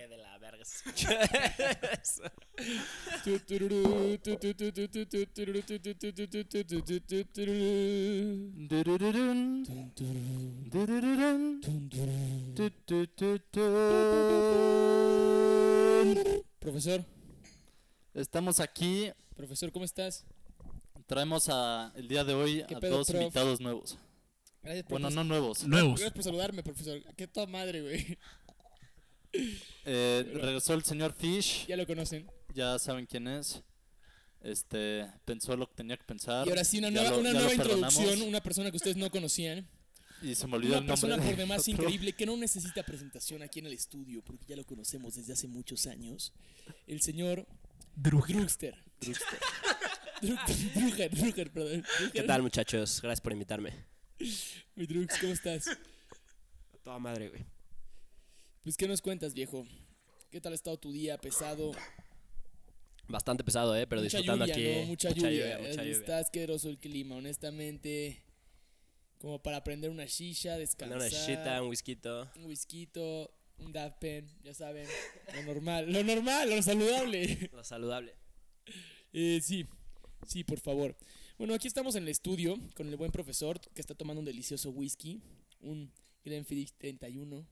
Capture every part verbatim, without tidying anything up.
qué de la verga se escucha eso. Profesor, Estamos aquí, profesor, ¿cómo estás? traemos a, el día de hoy ¿Qué a pedo, dos prof? invitados nuevos. Gracias, Bueno, profesor. no nuevos. Nuevos. Gracias por saludarme, profesor. Qué toda madre, güey. Eh, Pero- regresó el señor Fish, Ya lo conocen. ya saben quién es. Este, pensó lo que tenía que pensar. Y ahora sí, una ya nueva, lo- una ya lo nueva perdonamos, introducción, una persona que ustedes no conocían. Y se me olvidó Una el nombre. persona por de demás otro. increíble que no necesita presentación aquí en el estudio, porque ya lo conocemos desde hace muchos años. El señor Drugger. Drugster. Drug- Druger, Druger, perdón. ¿Qué Druger. tal, muchachos? Gracias por invitarme. Mi Drux, ¿cómo estás? Toda madre, güey. Pues, ¿qué nos cuentas, viejo? ¿Qué tal ha estado tu día? ¿Pesado? Bastante pesado, ¿eh? Pero mucha disfrutando lluvia, aquí. ¿no? Mucha, lluvia. mucha Eh, lluvia. Está asqueroso el clima, honestamente. Como para prender una shisha, descansar. Una chita, un whisky. Un whisky, un Daft Pen, ya saben. Lo normal, lo normal, lo saludable. Lo saludable. Eh, sí, sí, por favor. Bueno, aquí estamos en el estudio con el buen profesor que está tomando un delicioso whisky. Un Glenfiddich treinta y uno.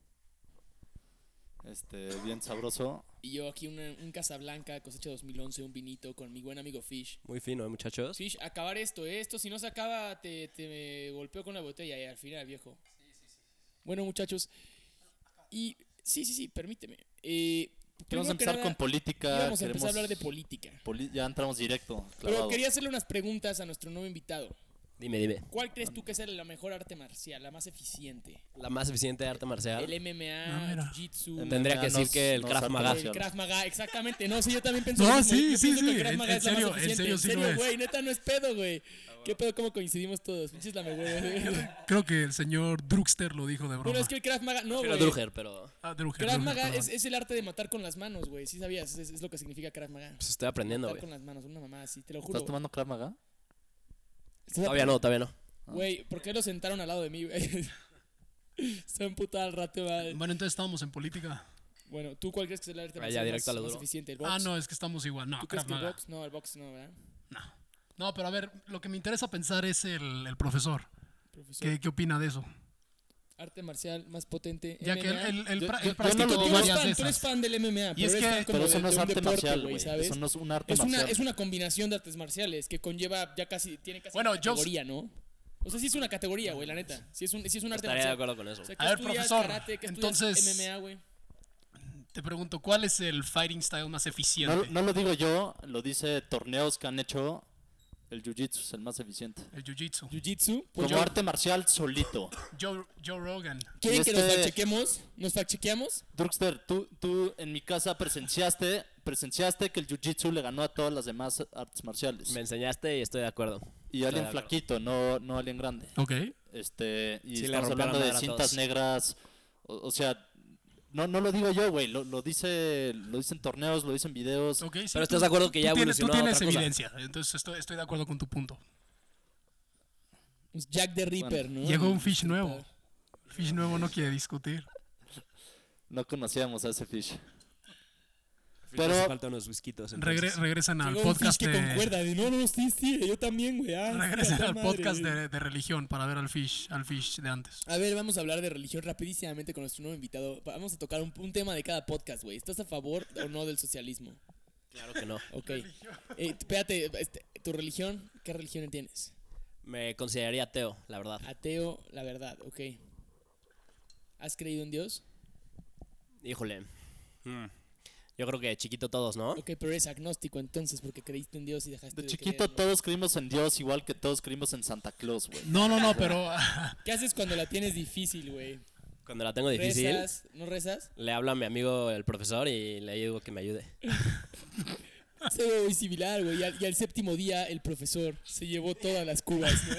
Este, bien sabroso. Y yo aquí una, un Casablanca, cosecha dos mil once, un vinito con mi buen amigo Fish. Muy fino, ¿eh, muchachos? Fish, acabar esto, ¿eh? Esto si no se acaba te, te golpeo con la botella y al final, viejo. Sí, sí, sí. Bueno, muchachos. Y sí, sí, sí, permíteme. Eh, Vamos primero a que empezar nada, con política. íbamos a empezar queremos- a hablar de política. poli- ya entramos directo. Pero clavado. quería hacerle unas preguntas a nuestro nuevo invitado. Dime, dime. ¿Cuál crees tú que es la mejor arte marcial, la más eficiente? La más eficiente de arte marcial. El M M No, A, mira. Jiu-Jitsu, M M A Tendría que decir nos- que el nos Krav arte Maga. el Krav Maga, exactamente. No, sí, yo también pienso No, lo mismo. sí, Yo sí, pienso sí, que el Krav en- Maga en es la más serio, en eficiente. serio En sí lo serio, es. güey, neta no es pedo, güey. ¿Qué pedo? ¿Cómo coincidimos todos? Pinches la güey. Creo que el señor Drugster lo dijo de broma. Bueno, es que el Krav Maga, no, Pero güey. Druger, pero Ah, Drugger, Krav Drugger, Maga perdón. es, es el arte de matar con las manos, güey. Sí sabías, es, es lo que significa Krav Maga. pues estoy aprendiendo, Matar güey. con las manos, una mamá así, te lo juro. ¿Estás tomando Krav Maga? ¿Estás Todavía no, todavía no. Güey, ¿por qué lo sentaron al lado de mí, güey? Está emputado al rato, va. Bueno, entonces estábamos en política. Bueno, ¿tú cuál crees que es el arte Ah, marcial ya, más, directo a lo más duro. eficiente? ¿El box? Ah, no, es que estamos igual. No, ¿Tú crees Krav que el Maga. box? No, el box no, ¿verdad? No. No, pero a ver, lo que me interesa pensar es el, el profesor. Profesor. ¿Qué, ¿Qué opina de eso? Arte marcial más potente. Ya que él, M M A. él, él Yo- pra- yo- él yo no lo practicó Tú digo. eres, varias fan, de tú eres esas. fan del M M A, Y pero es eres que- fan como Pero eso de, no es de un arte deporte, marcial, güey, güey. ¿sabes? Eso no es un arte Es una, marcial. es una combinación de artes marciales que conlleva ya casi, tiene casi Bueno, una yo- categoría, ¿no? O sea, sí es una categoría, güey, la neta. Sí es un, sí es un arte Estaría de marcial. acuerdo con eso. O sea, ¿qué A ver, estudias profesor, karate? ¿Qué estudias entonces- M M A, güey? Te pregunto, ¿cuál es el fighting style más eficiente? No, no lo digo yo, lo dice torneos que han hecho. El Jiu-Jitsu es el más eficiente. El jiu-jitsu. Jiu-Jitsu. Pues Como yo- arte marcial solito. Joe, Joe Rogan. ¿Quieren y que nos este- fact-chequemos? ¿Nos fact-chequeamos? Druxter, tú, tú en mi casa presenciaste, presenciaste que el Jiu-Jitsu le ganó a todas las demás artes marciales. Me enseñaste y estoy de acuerdo. Y Estoy alguien de acuerdo. flaquito, no, no alguien grande. Ok. Este, y Sí, le estamos rompió la hablando de madre a cintas todos. negras. O, o sea, no, no lo digo yo, güey. Lo, lo dice, lo dicen torneos, lo dicen videos. Ok, sí, Pero tú- estás de acuerdo que tú ya tienes, tú evolucionó a tienes otra cosa. evidencia, entonces estoy, estoy de acuerdo con tu punto. Pues Jack the Ripper, ¿no? Llegó un El fish nuevo. destripador. El fish nuevo no quiere discutir. No conocíamos a ese fish. Pero Pero- faltan unos whiskitos. Regre- regresan al Llegó un podcast fish que de... concuerda. De, no, no, sí, sí, yo también, güey. Ah, Regresan sí, a al toda madre, podcast güey. de, de religión para ver al fish, al fish de antes. A ver, vamos a hablar de religión rapidísimamente con nuestro nuevo invitado. Vamos a tocar un, un tema de cada podcast, güey. ¿Estás a favor o no del socialismo? Claro que no. Ok. Eh, espérate, este, ¿tu religión? ¿Qué religión tienes? Me consideraría ateo, la verdad. Ateo, la verdad, ok. ¿Has creído en Dios? Híjole. Hmm. Yo creo que chiquito todos, ¿no? Ok, pero eres agnóstico entonces porque creíste en Dios y dejaste De de chiquito creer, ¿no? todos creímos en Dios, igual que todos creímos en Santa Claus, güey. No, no, no, pero... ¿Qué haces cuando la tienes difícil, güey? Cuando la tengo difícil, ¿Rezas? ¿No rezas? le hablo a mi amigo el profesor y le digo que me ayude. Se ve muy similar, güey. Y al, y al séptimo día el profesor se llevó todas las cubas, ¿no?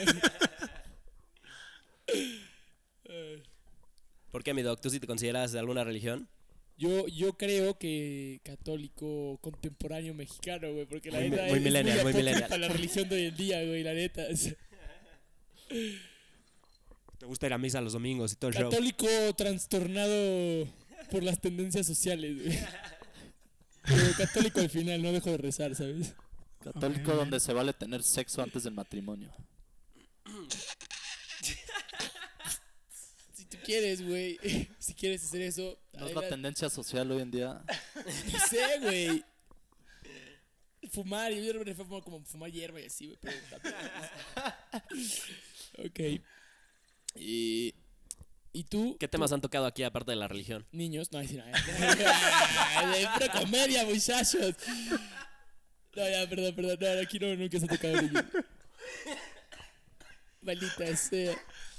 ¿Por qué, mi doc? ¿Tú sí te consideras de alguna religión? Yo, yo creo que católico contemporáneo mexicano, güey, porque la Muy neta mi- muy es millennial, muy apócrifa millennial. la religión de hoy en día, güey, la neta. O sea, ¿Te gusta ir a misa los domingos y todo el show? católico trastornado por las tendencias sociales, güey. Pero católico al final, no dejo de rezar, ¿sabes? Católico Ok. donde se vale tener sexo antes del matrimonio. Si tú quieres, güey, si quieres hacer eso, ¿No es la adelante. tendencia social hoy en día? No sé, güey. Fumar, yo me refiero a como fumar hierba y así, güey, pero también. Ok. Y, ¿y tú? ¿Qué temas han tocado aquí aparte de la religión? Niños, no, decir nada. Es pura comedia, muchachos. No, ya, perdón, perdón. No, aquí no, nunca se ha tocado niños. Maldita sea.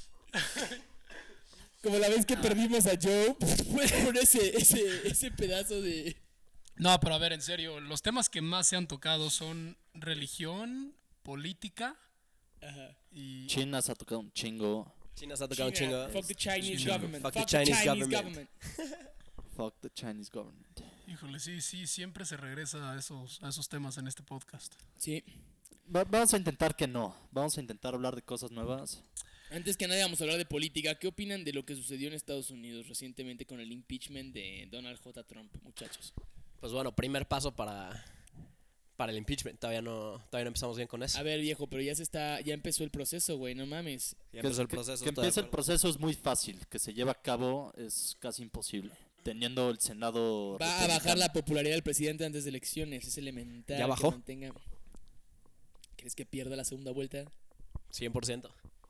Como la vez que perdimos a Joe, pues fue por ese, ese, ese pedazo de... No, pero a ver, en serio, los temas que más se han tocado son religión, política Ajá. y... China se ha tocado un chingo. China se ha tocado un China, chingo. Fuck the Chinese China. government. Fuck Fuck, the the Chinese Chinese, government. government. Fuck the Chinese government. Híjole, sí, sí, siempre se regresa a esos, a esos temas en este podcast. Sí. Va- vamos a intentar que no. Vamos a intentar hablar de cosas nuevas. Antes que nada vamos a hablar de política. ¿Qué opinan de lo que sucedió en Estados Unidos recientemente con el impeachment de Donald J. Trump, muchachos? Pues bueno, primer paso para, para el impeachment. Todavía no, todavía no empezamos bien con eso. A ver, viejo, pero ya se está, ya empezó el proceso, güey, no mames. Ya Que- empezó el que- proceso. Que, estoy de empiece el acuerdo. proceso es muy fácil. Que se lleve a cabo es casi imposible. Teniendo el Senado. Va a bajar republicano. la popularidad del presidente antes de elecciones, es elemental. ¿Ya que bajó? mantenga- ¿Crees que pierda la segunda vuelta? cien por ciento.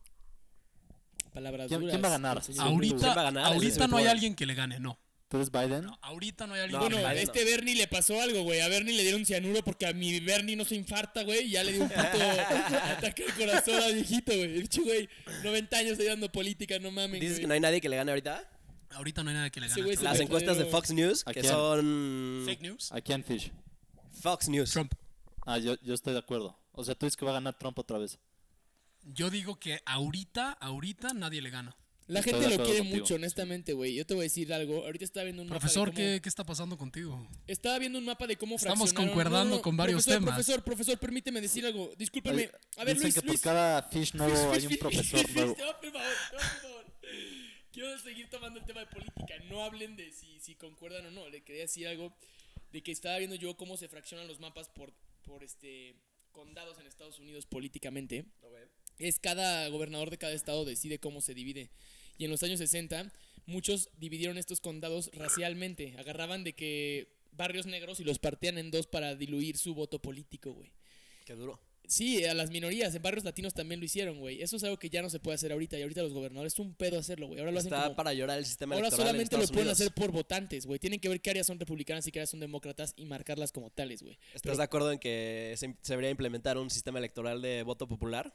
Palabras ¿Quién- duras. quién va a ganar? del señor Ahorita- Blue. ¿Quién Ahorita, va a ganar? ahorita Elizabeth no hay Warren. alguien que le gane, no. ¿Tú eres Biden? No, ahorita no hay alguien No, que Bueno, le a gane. Biden este Bernie le pasó algo, güey. A Bernie le dieron cianuro porque a mi Bernie no se infarta, güey. Y ya le dio un puto ataque al corazón al viejito, güey. El bicho, güey, noventa años ahí dando política, no mames, ¿Dices güey. que no hay nadie que le gane ahorita? Ahorita no hay nada que le Ese gane. güey a se Trump. Las le encuestas de salió- Fox News, ¿A que quién? son... Fake news. ¿A quién Fish? Fox News. Trump. Ah, yo, yo estoy de acuerdo. O sea, tú dices que va a ganar Trump otra vez. Yo digo que ahorita, ahorita nadie le gana. La Estoy gente de lo acuerdo quiere contigo. mucho, honestamente, güey. Yo te voy a decir algo. Ahorita estaba viendo un mapa Profesor, de cómo... ¿qué, ¿qué está pasando contigo? Estaba viendo un mapa de cómo Estamos fraccionaron- concordando No, no, no, con varios profesor, temas. Profesor, profesor, permíteme decir algo. Discúlpeme. Ay, A ver, Dicen Luis, que por Luis. cada Fish nuevo Fish, hay fish, un fish, profesor fish, fish, nuevo. No, por favor, no, por favor. Quiero seguir tomando el tema de política. No hablen de si, si concuerdan o no. Le quería decir algo de que estaba viendo yo cómo se fraccionan los mapas por, por este condados en Estados Unidos políticamente. Es cada gobernador de cada estado decide cómo se divide. Y en los años sesenta, muchos dividieron estos condados racialmente. Agarraban de que barrios negros y los partían en dos para diluir su voto político, güey. Qué duro. Sí, a las minorías, en barrios latinos también lo hicieron, güey. Eso es algo que ya no se puede hacer ahorita. Y ahorita los gobernadores es un pedo hacerlo, güey. Ahora lo hacen Está como... para llorar el sistema Ahora electoral en solamente lo Estados pueden Unidos. hacer por votantes, güey. Tienen que ver qué áreas son republicanas y qué áreas son demócratas y marcarlas como tales, güey. ¿Estás Pero- de acuerdo en que se, se debería implementar un sistema electoral de voto popular?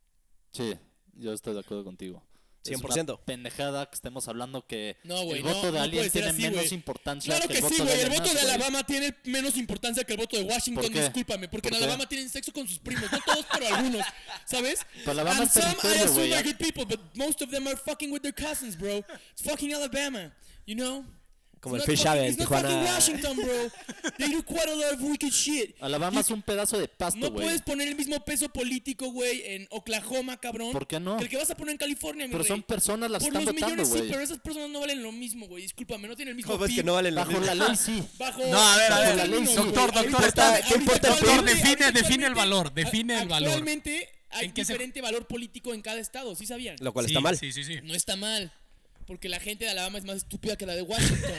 Sí, yo estoy de acuerdo contigo. cien por Es ciento. una pendejada que estemos hablando que No, güey, el no, voto de no alguien puede ser tiene así, menos güey. importancia Claro que que el voto sí, de güey. El alguien voto de más, güey. Alabama tiene menos importancia que el voto de Washington, ¿Por qué? discúlpame. Porque ¿Por en qué? Alabama tienen sexo con sus primos. No todos, pero algunos. ¿Sabes? Pero Alabama And es some, I territorio, assume güey. are good people, but most of them are fucking with their cousins, bro. It's fucking Alabama, you know? Como It's el not Fish fucking- Ave en It's not Tijuana. fucking Washington, bro. They do quite a lot of wicked shit. Alabama es un pedazo de pasto, No güey. puedes poner el mismo peso político, güey, en Oklahoma, cabrón. ¿Por qué no? Que el que vas a poner en California, mi Pero rey. son personas las que Por están los votando, millones sí, güey. pero esas personas no valen lo mismo, güey. Discúlpame, no tienen el mismo ¿Cómo ves P I que B. no valen lo Bajo mismo? la ley sí. Bajo, No, a ver, a bajo ver, la ley, sí. güey. Doctor, Ahorita- doctor, está- ahorita- ¿qué importa el actualmente- Doctor, define- actualmente- define el valor, define el valor. Actualmente hay ¿En qué se- diferente valor político en cada estado, ¿sí sabían? Lo cual Sí, está mal. Sí, sí, sí. No está mal, porque la gente de Alabama es más estúpida que la de Washington.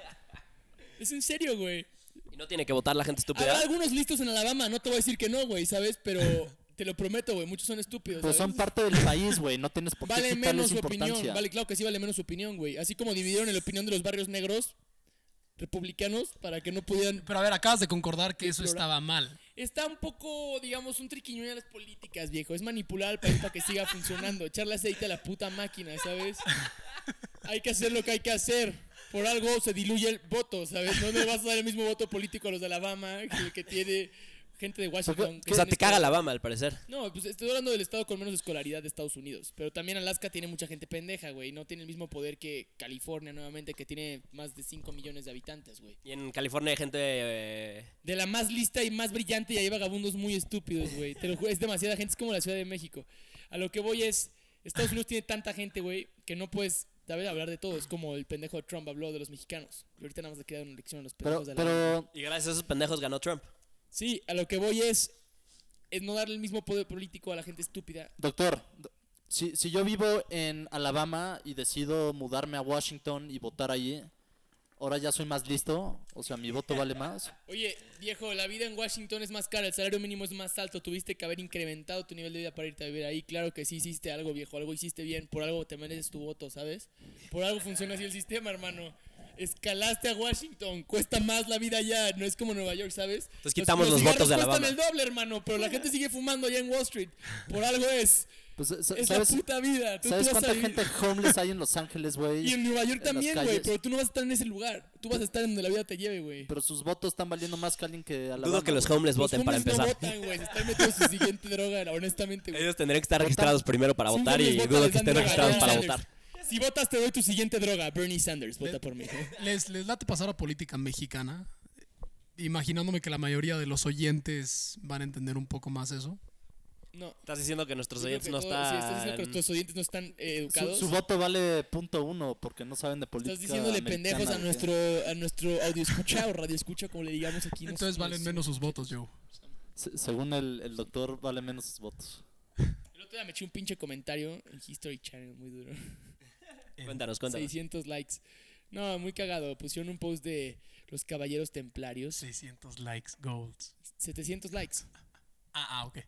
Es en serio, güey. Y no tiene que votar la gente estúpida. Habrá algunos listos en Alabama, no te voy a decir que no, güey, ¿sabes? Pero te lo prometo, güey, muchos son estúpidos, Pero ¿sabes? son parte del país, güey. No tienes por qué Vale quitarles menos su opinión, importancia. vale, claro que sí vale menos su opinión, güey. Así como dividieron la opinión de los barrios negros republicanos para que no pudieran... Pero a ver, acabas de concordar que eso Explora- estaba mal. Está un poco, digamos, un triquiñuelo de las políticas, viejo. Es manipular al país para que siga funcionando. Echarle aceite a la puta máquina, ¿sabes? Hay que hacer lo que hay que hacer. Por algo se diluye el voto, ¿sabes? No le vas a dar el mismo voto político a los de Alabama que, que tiene gente de Washington. que O sea, tiene te caga estado- Alabama, al parecer. No, pues estoy hablando del estado con menos escolaridad de Estados Unidos. Pero también Alaska tiene mucha gente pendeja, güey. No tiene el mismo poder que California, nuevamente, que tiene más de cinco millones de habitantes, güey. Y en California hay gente... eh, De la más lista y más brillante y hay vagabundos muy estúpidos, güey. Te lo juro, es demasiada gente, es como la Ciudad de México. A lo que voy es, Estados Unidos tiene tanta gente, güey, que no puedes ¿Sabes? Hablar de todo. Es como el pendejo de Trump habló de los mexicanos. Y ahorita nada más le queda una lección a los Pero, pendejos de la pero Y gracias a esos pendejos ganó Trump. Sí, a lo que voy es, es no darle el mismo poder político a la gente estúpida. doctor, do- si, si yo vivo en Alabama y decido mudarme a Washington y votar allí, ahora ya soy más listo, o sea, mi voto vale más. Oye, viejo, la vida en Washington es más cara, el salario mínimo es más alto, tuviste que haber incrementado tu nivel de vida para irte a vivir ahí. Claro que sí hiciste algo, viejo, algo hiciste bien, por algo te mereces tu voto, ¿sabes? Por algo funciona así el sistema, hermano. Escalaste a Washington, cuesta más la vida allá, no es como Nueva York, ¿sabes? Entonces quitamos los votos de cigarros Alabama. cuestan el doble, hermano, pero la gente sigue fumando allá en Wall Street. Por algo es. Pues, sa- Es ¿sabes, la puta vida. Tú, ¿sabes tú vas a cuánta vivir- gente homeless hay en Los Ángeles, güey? Y en Nueva York en las también, güey, calles? pero tú no vas a estar en ese lugar. Tú vas a estar en donde la vida te lleve, güey. Pero sus votos están valiendo más que alguien que Alabama. Dudo que los güey. homeless Los voten para hombres no empezar. votan, güey, se están metiendo su siguiente droga, honestamente, güey. Ellos tendrían que estar registrados primero para Si un votar y homeless vota, dudo les que dan estén droga. registrados para Bernie votar. Sanders. Si votas, te doy tu siguiente droga. Bernie Sanders, vota por mí. ¿Les, les late pasar a política mexicana? Imaginándome que la mayoría de los oyentes van a entender un poco más eso. No. Estás diciendo que nuestros Yo creo oyentes que no todo- Si estás diciendo que están... nuestros oyentes no están eh, Su, educados, su voto vale punto uno porque no saben de política. estás diciéndole americana, pendejos a güey. nuestro, a nuestro audio escucha o radio escucha, como le digamos aquí. Entonces nosotros. valen menos sus votos, Joe. Se- según el, el doctor, vale menos sus votos. El otro día me eché un pinche comentario en History Channel muy duro. Cuéntanos, cuéntanos. seiscientos likes. No, muy cagado. Pusieron un post de los caballeros templarios. seiscientos likes, golds. setecientos likes. Ah, ah, ok.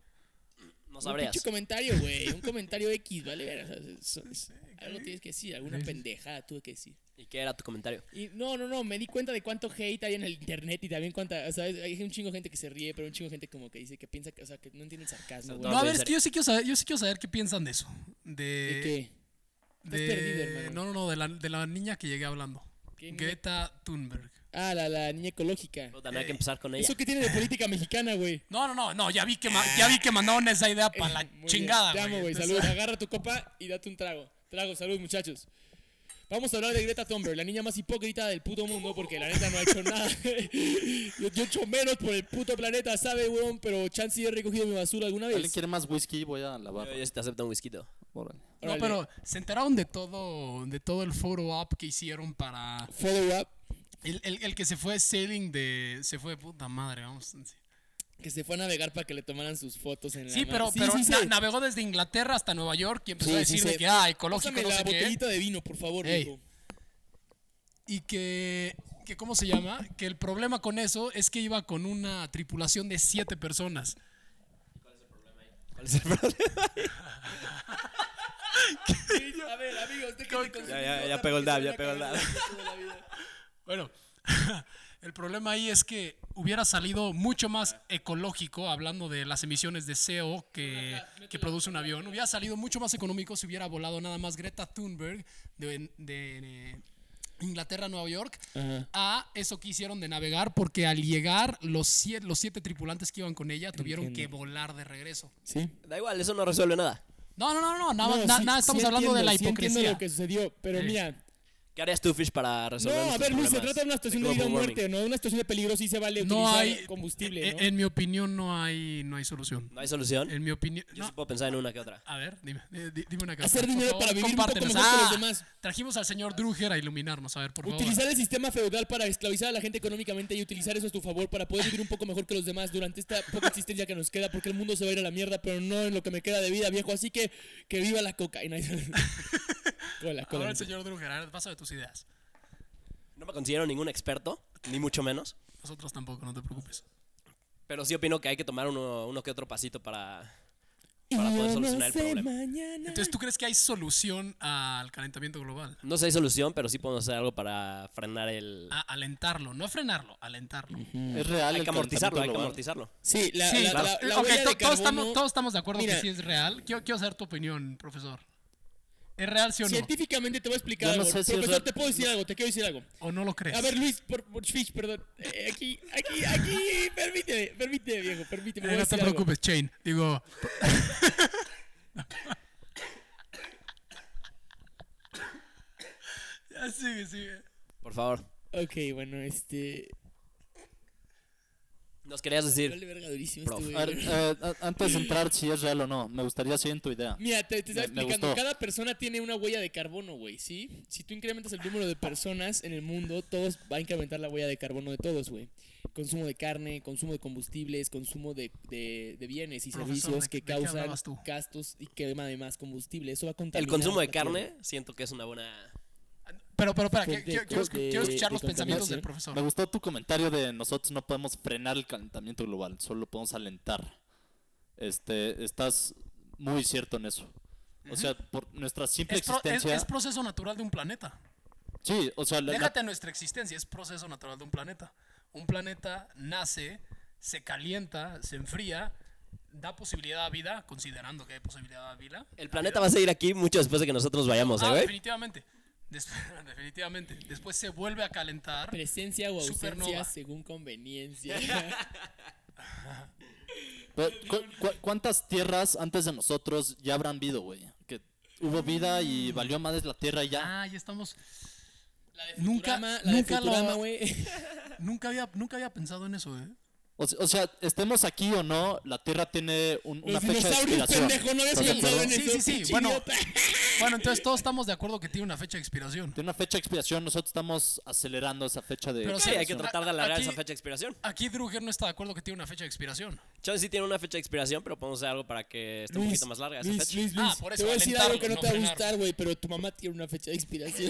No Un sabrías. pinche comentario, güey. Un comentario X, ¿vale? O sea, es- es- algo tienes que decir, alguna Sí, sí. pendejada tuve que decir. ¿Y qué era tu comentario? Y no, no, no, me di cuenta de cuánto hate hay en el internet y también cuánta, ¿sabes? Hay un chingo de gente que se ríe, pero un chingo de gente como que dice que piensa que, o sea, que no entiende el sarcasmo, No, güey. No, a en ver, es serio. que yo sí quiero saber, yo sí quiero saber qué piensan de eso. De, ¿De qué? Estás de- perdido, hermano. No, no, no, de la, de la niña que llegué hablando. ¿Qué niña? Greta Thunberg. Ah, la, la niña ecológica. Puta, no hay que empezar con ella. ¿Eso qué tiene de política mexicana, güey? No, no, no, no, ya vi que, ma- ya vi que mandaron esa idea para la Eh, Muy bien. chingada, Te amo, güey. Entonces- Salud. Agarra tu copa y date un trago. Trago, salud, muchachos. Vamos a hablar de Greta Thunberg, la niña más hipócrita del puto mundo, porque la neta no ha hecho nada. yo, yo he hecho menos por el puto planeta, ¿sabe, weón? Pero chance sí he recogido mi basura alguna ¿Alguien vez. quiere más whisky? Voy a lavar. Yo, yo sí te acepto un whisky. Órale. No, Órale. pero se enteraron de todo, de todo el photo op que hicieron para Follow up, el, el, el que se fue sailing de, se fue de puta madre, vamos. Sí, que se fue a navegar para que le tomaran sus fotos en la Sí, mar. pero, Sí, pero sí, na- sé. navegó desde Inglaterra hasta Nueva York y empezó Sí, a sí, decir sé. de que ah, ecológico, Pásame no la sé qué. botellita de vino, por favor, Ey. viejo. Y que, que, ¿cómo se llama? Que el problema con eso es que iba con una tripulación de siete personas. ¿Cuál es el problema? A ver, amigos, déjenme con su Ya, ya, ya idiota pegó el porque dab, se ya van a pegó el cagar dab. el resto de la vida. Bueno, el problema ahí es que hubiera salido mucho más ecológico, hablando de las emisiones de C O que, que produce un avión, hubiera salido mucho más económico si hubiera volado nada más Greta Thunberg de, de- de Inglaterra a Nueva York Ajá. a eso que hicieron de navegar, porque al llegar los siete, los siete tripulantes que iban con ella tuvieron Entiendo. que volar de regreso. Sí. Da igual, eso no resuelve nada. No, no, no, no, nada, No, na- sí- nada, estamos sí hablando de entiendo, la sí entiendo hipocresía. lo que sucedió, pero Eh. mira, ¿Qué harías tú, Fish, para resolver no, a estos ver, Luis, se problemas trata de una situación de global vida o warming? muerte, ¿no? Una situación de peligro sí se vale No utilizar hay, combustible, eh, ¿no? en mi opinión no hay, no hay solución. ¿No hay solución? En mi opinión, Yo no. sí puedo pensar en una que otra. A ver, dime, eh, di- dime una cosa. Hacer por dinero favor, para vivir un poco compártenos. mejor que los Ah, demás. Trajimos al señor Druger a iluminarnos, a ver, por favor. Utilizar el sistema feudal para esclavizar a la gente económicamente y utilizar eso a tu favor para poder vivir un poco mejor que los demás durante esta poca existencia que nos queda, porque el mundo se va a ir a la mierda, pero no en lo que me queda de vida, viejo. Así que que viva la cocaína. cola, Ahora cola. el señor Druger, a ver, pasa de tus ideas. No me considero ningún experto, ni mucho menos. Nosotros tampoco, no te preocupes. Pero sí opino que hay que tomar uno, uno que otro pasito para, para poder solucionar el problema. Entonces, ¿tú crees que hay solución al calentamiento global? No sé si hay solución, pero sí podemos hacer algo para frenar el... A alentarlo, no frenarlo, alentarlo. Es real. hay el que amortizarlo, hay que calentamiento global. amortizarlo. Sí, la, Sí, la, claro. la- la Ok, huella to- de todos, carbono, estamos, todos estamos de acuerdo Mira. que sí es real. Quiero, quiero saber tu opinión, profesor. ¿Es real, sí o no? científicamente te voy a explicar Yo no algo. sé si es Profesor, real. te puedo decir algo, te quiero decir algo. ¿O no lo crees? A ver, Luis, por, por Fish, perdón. Eh, aquí, aquí, aquí, permíteme, permíteme, viejo, permíteme. Eh, voy a no te decir algo. preocupes, Chain. Digo... ya sigue, sigue. Por favor. Ok, bueno, este... Nos querías decir. Vale verga durísimo Prof. este A güey. ver, eh, a- antes de entrar, si es real o no, me gustaría seguir en tu idea. Mira, te, te estaba Me- me explicando. gustó. Cada persona tiene una huella de carbono, güey, ¿sí? Si tú incrementas el número de personas en el mundo, todos va a incrementar la huella de carbono de todos, güey. Consumo de carne, consumo de combustibles, consumo de, de, de bienes y Profesor, servicios ¿de- que de qué causan hablabas tú? gastos y quema de más combustible. Eso va a contaminar El consumo de la tierra. carne, siento que es una buena. Pero, pero, espera, De- que- quiero, quiero, de- quiero escuchar de los pensamientos del contaminación. profesor. Me gustó tu comentario de nosotros no podemos frenar el calentamiento global, solo podemos alentar. Este, estás muy cierto en eso. O sea, por nuestra simple Es, pro- es- existencia. es proceso natural de un planeta. Sí, o sea, la- la- Déjate nuestra existencia, es proceso natural de un planeta. Un planeta nace, se calienta, se enfría, da posibilidad a vida, considerando que hay posibilidad a vida. El planeta va a seguir aquí mucho después de que nosotros vayamos, ¿eh, Ah, güey? definitivamente. Des- definitivamente. Después se vuelve a calentar. Presencia o ausencia Supernova. según conveniencia. Pero, ¿cu- cu- ¿Cuántas tierras antes de nosotros ya habrán habido, güey? Que hubo vida y valió madres la tierra y ya. Ah, ya estamos. La de Nunca- Futurama, la nunca de Futurama, lo- güey. Nunca había, nunca había pensado en eso, ¿eh? O, se- o sea, estemos aquí o no, la tierra tiene un- una Los fecha de dinosaurios, expiración. pendejo, no habías ¿Estás de pensado en acuerdo? eso. Sí, sí, sí, pinche bueno. idiota. Bueno, entonces todos estamos de acuerdo que tiene una fecha de expiración. Tiene una fecha de expiración, nosotros estamos acelerando esa fecha de Pero Sí, hay que expiración. tratar de alargar Aquí- esa fecha de expiración. Aquí Druger no está de acuerdo que tiene una fecha de expiración. Chance sí tiene una fecha de expiración, pero podemos hacer algo para que esté un Luis, poquito más larga esa Luis, fecha. Luis, Ah, Luis, por te eso, voy a decir algo que alentarlo, no te va a no frenar. gustar, güey, pero tu mamá tiene una fecha de expiración.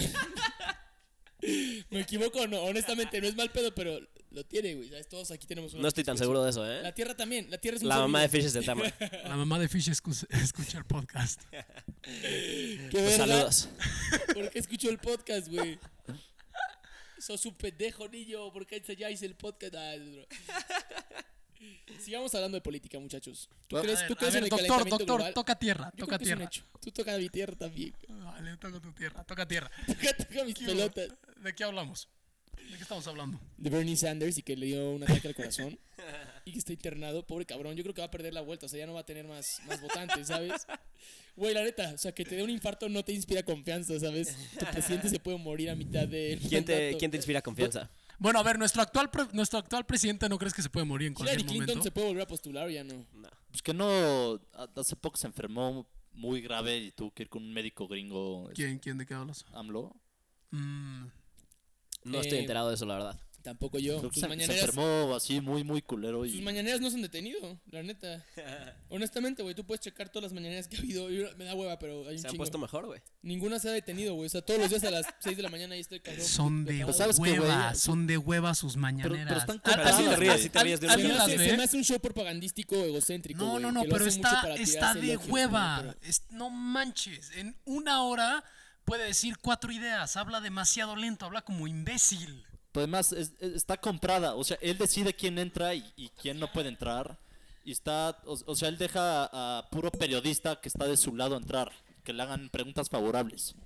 Me equivoco, no, honestamente, no es mal pedo, pero lo tiene, güey. ¿Sabes? Todos aquí tenemos una No estoy fecha tan de seguro de eso, expiración. La ¿eh? Tierra también, la Tierra es un La ser mamá de vivo. Fish es de tema. La mamá de Fish escu- escucha el podcast. Qué Pues verga. saludos. ¿Por qué escucho el podcast, güey? Sos un pendejo, niño. ¿Por qué ensayáis el podcast? Ah, es broma. Sigamos hablando de política, muchachos. ¿Tú A crees, A tú ver, crees a en ver, el doctor, calentamiento doctor, global? toca tierra, Yo toca creo que es un tierra. hecho. Tú toca mi tierra también. Vale, toca tu tierra, toca tierra. Toca, toca mis ¿Qué- pelotas. ¿De qué hablamos? ¿De qué estamos hablando? De Bernie Sanders y que le dio un ataque al corazón y que está internado, pobre cabrón, yo creo que va a perder la vuelta, o sea, ya no va a tener más, más votantes, ¿sabes? Güey, la neta, o sea, que te dé un infarto no te inspira confianza, ¿sabes? Tu presidente se puede morir a mitad de ¿Quién te, ¿Quién te inspira confianza? Bueno, a ver, nuestro actual, pre- nuestro actual presidente, ¿no crees que se puede morir en cualquier Hillary Clinton momento? se puede volver a postular o ya no. No. Pues que no, a- hace poco se enfermó muy grave y tuvo que ir con un médico gringo, es- ¿Quién, quién de qué hablas? AMLO. Mm, No estoy Eh, enterado de eso, la verdad. Tampoco yo. Creo que Sus se, se mañaneras, enfermó así muy, muy culero sus y mañaneras no se han detenido, la neta. Honestamente, güey, tú puedes checar todas las mañaneras que ha habido. Yo- me da hueva, pero hay un Se han chingo. puesto mejor, güey. Ninguna se ha detenido, güey. O sea, todos los días a las seis de la mañana ahí está el cabrón. son de Pues, ¿sabes qué, güey? hueva, son de hueva sus pero, mañaneras. pero están ¿Al- Ah, sí compradas, te ríes, güey. sí te ríes de una ¿Alguien Se me, las hace, ve? se me hace un show propagandístico egocéntrico. No, güey, no, no, que lo pero hace mucho está, para está tirarse de elogios, hueva. güey, pero- Es- no manches. En una hora puede decir cuatro ideas. Habla demasiado lento, habla como imbécil. Pero además es- es- está comprada, o sea, él decide quién entra y, y quién no puede entrar. Y está, o, o sea, él deja a, a puro periodista que está de su lado entrar, que le hagan preguntas favorables.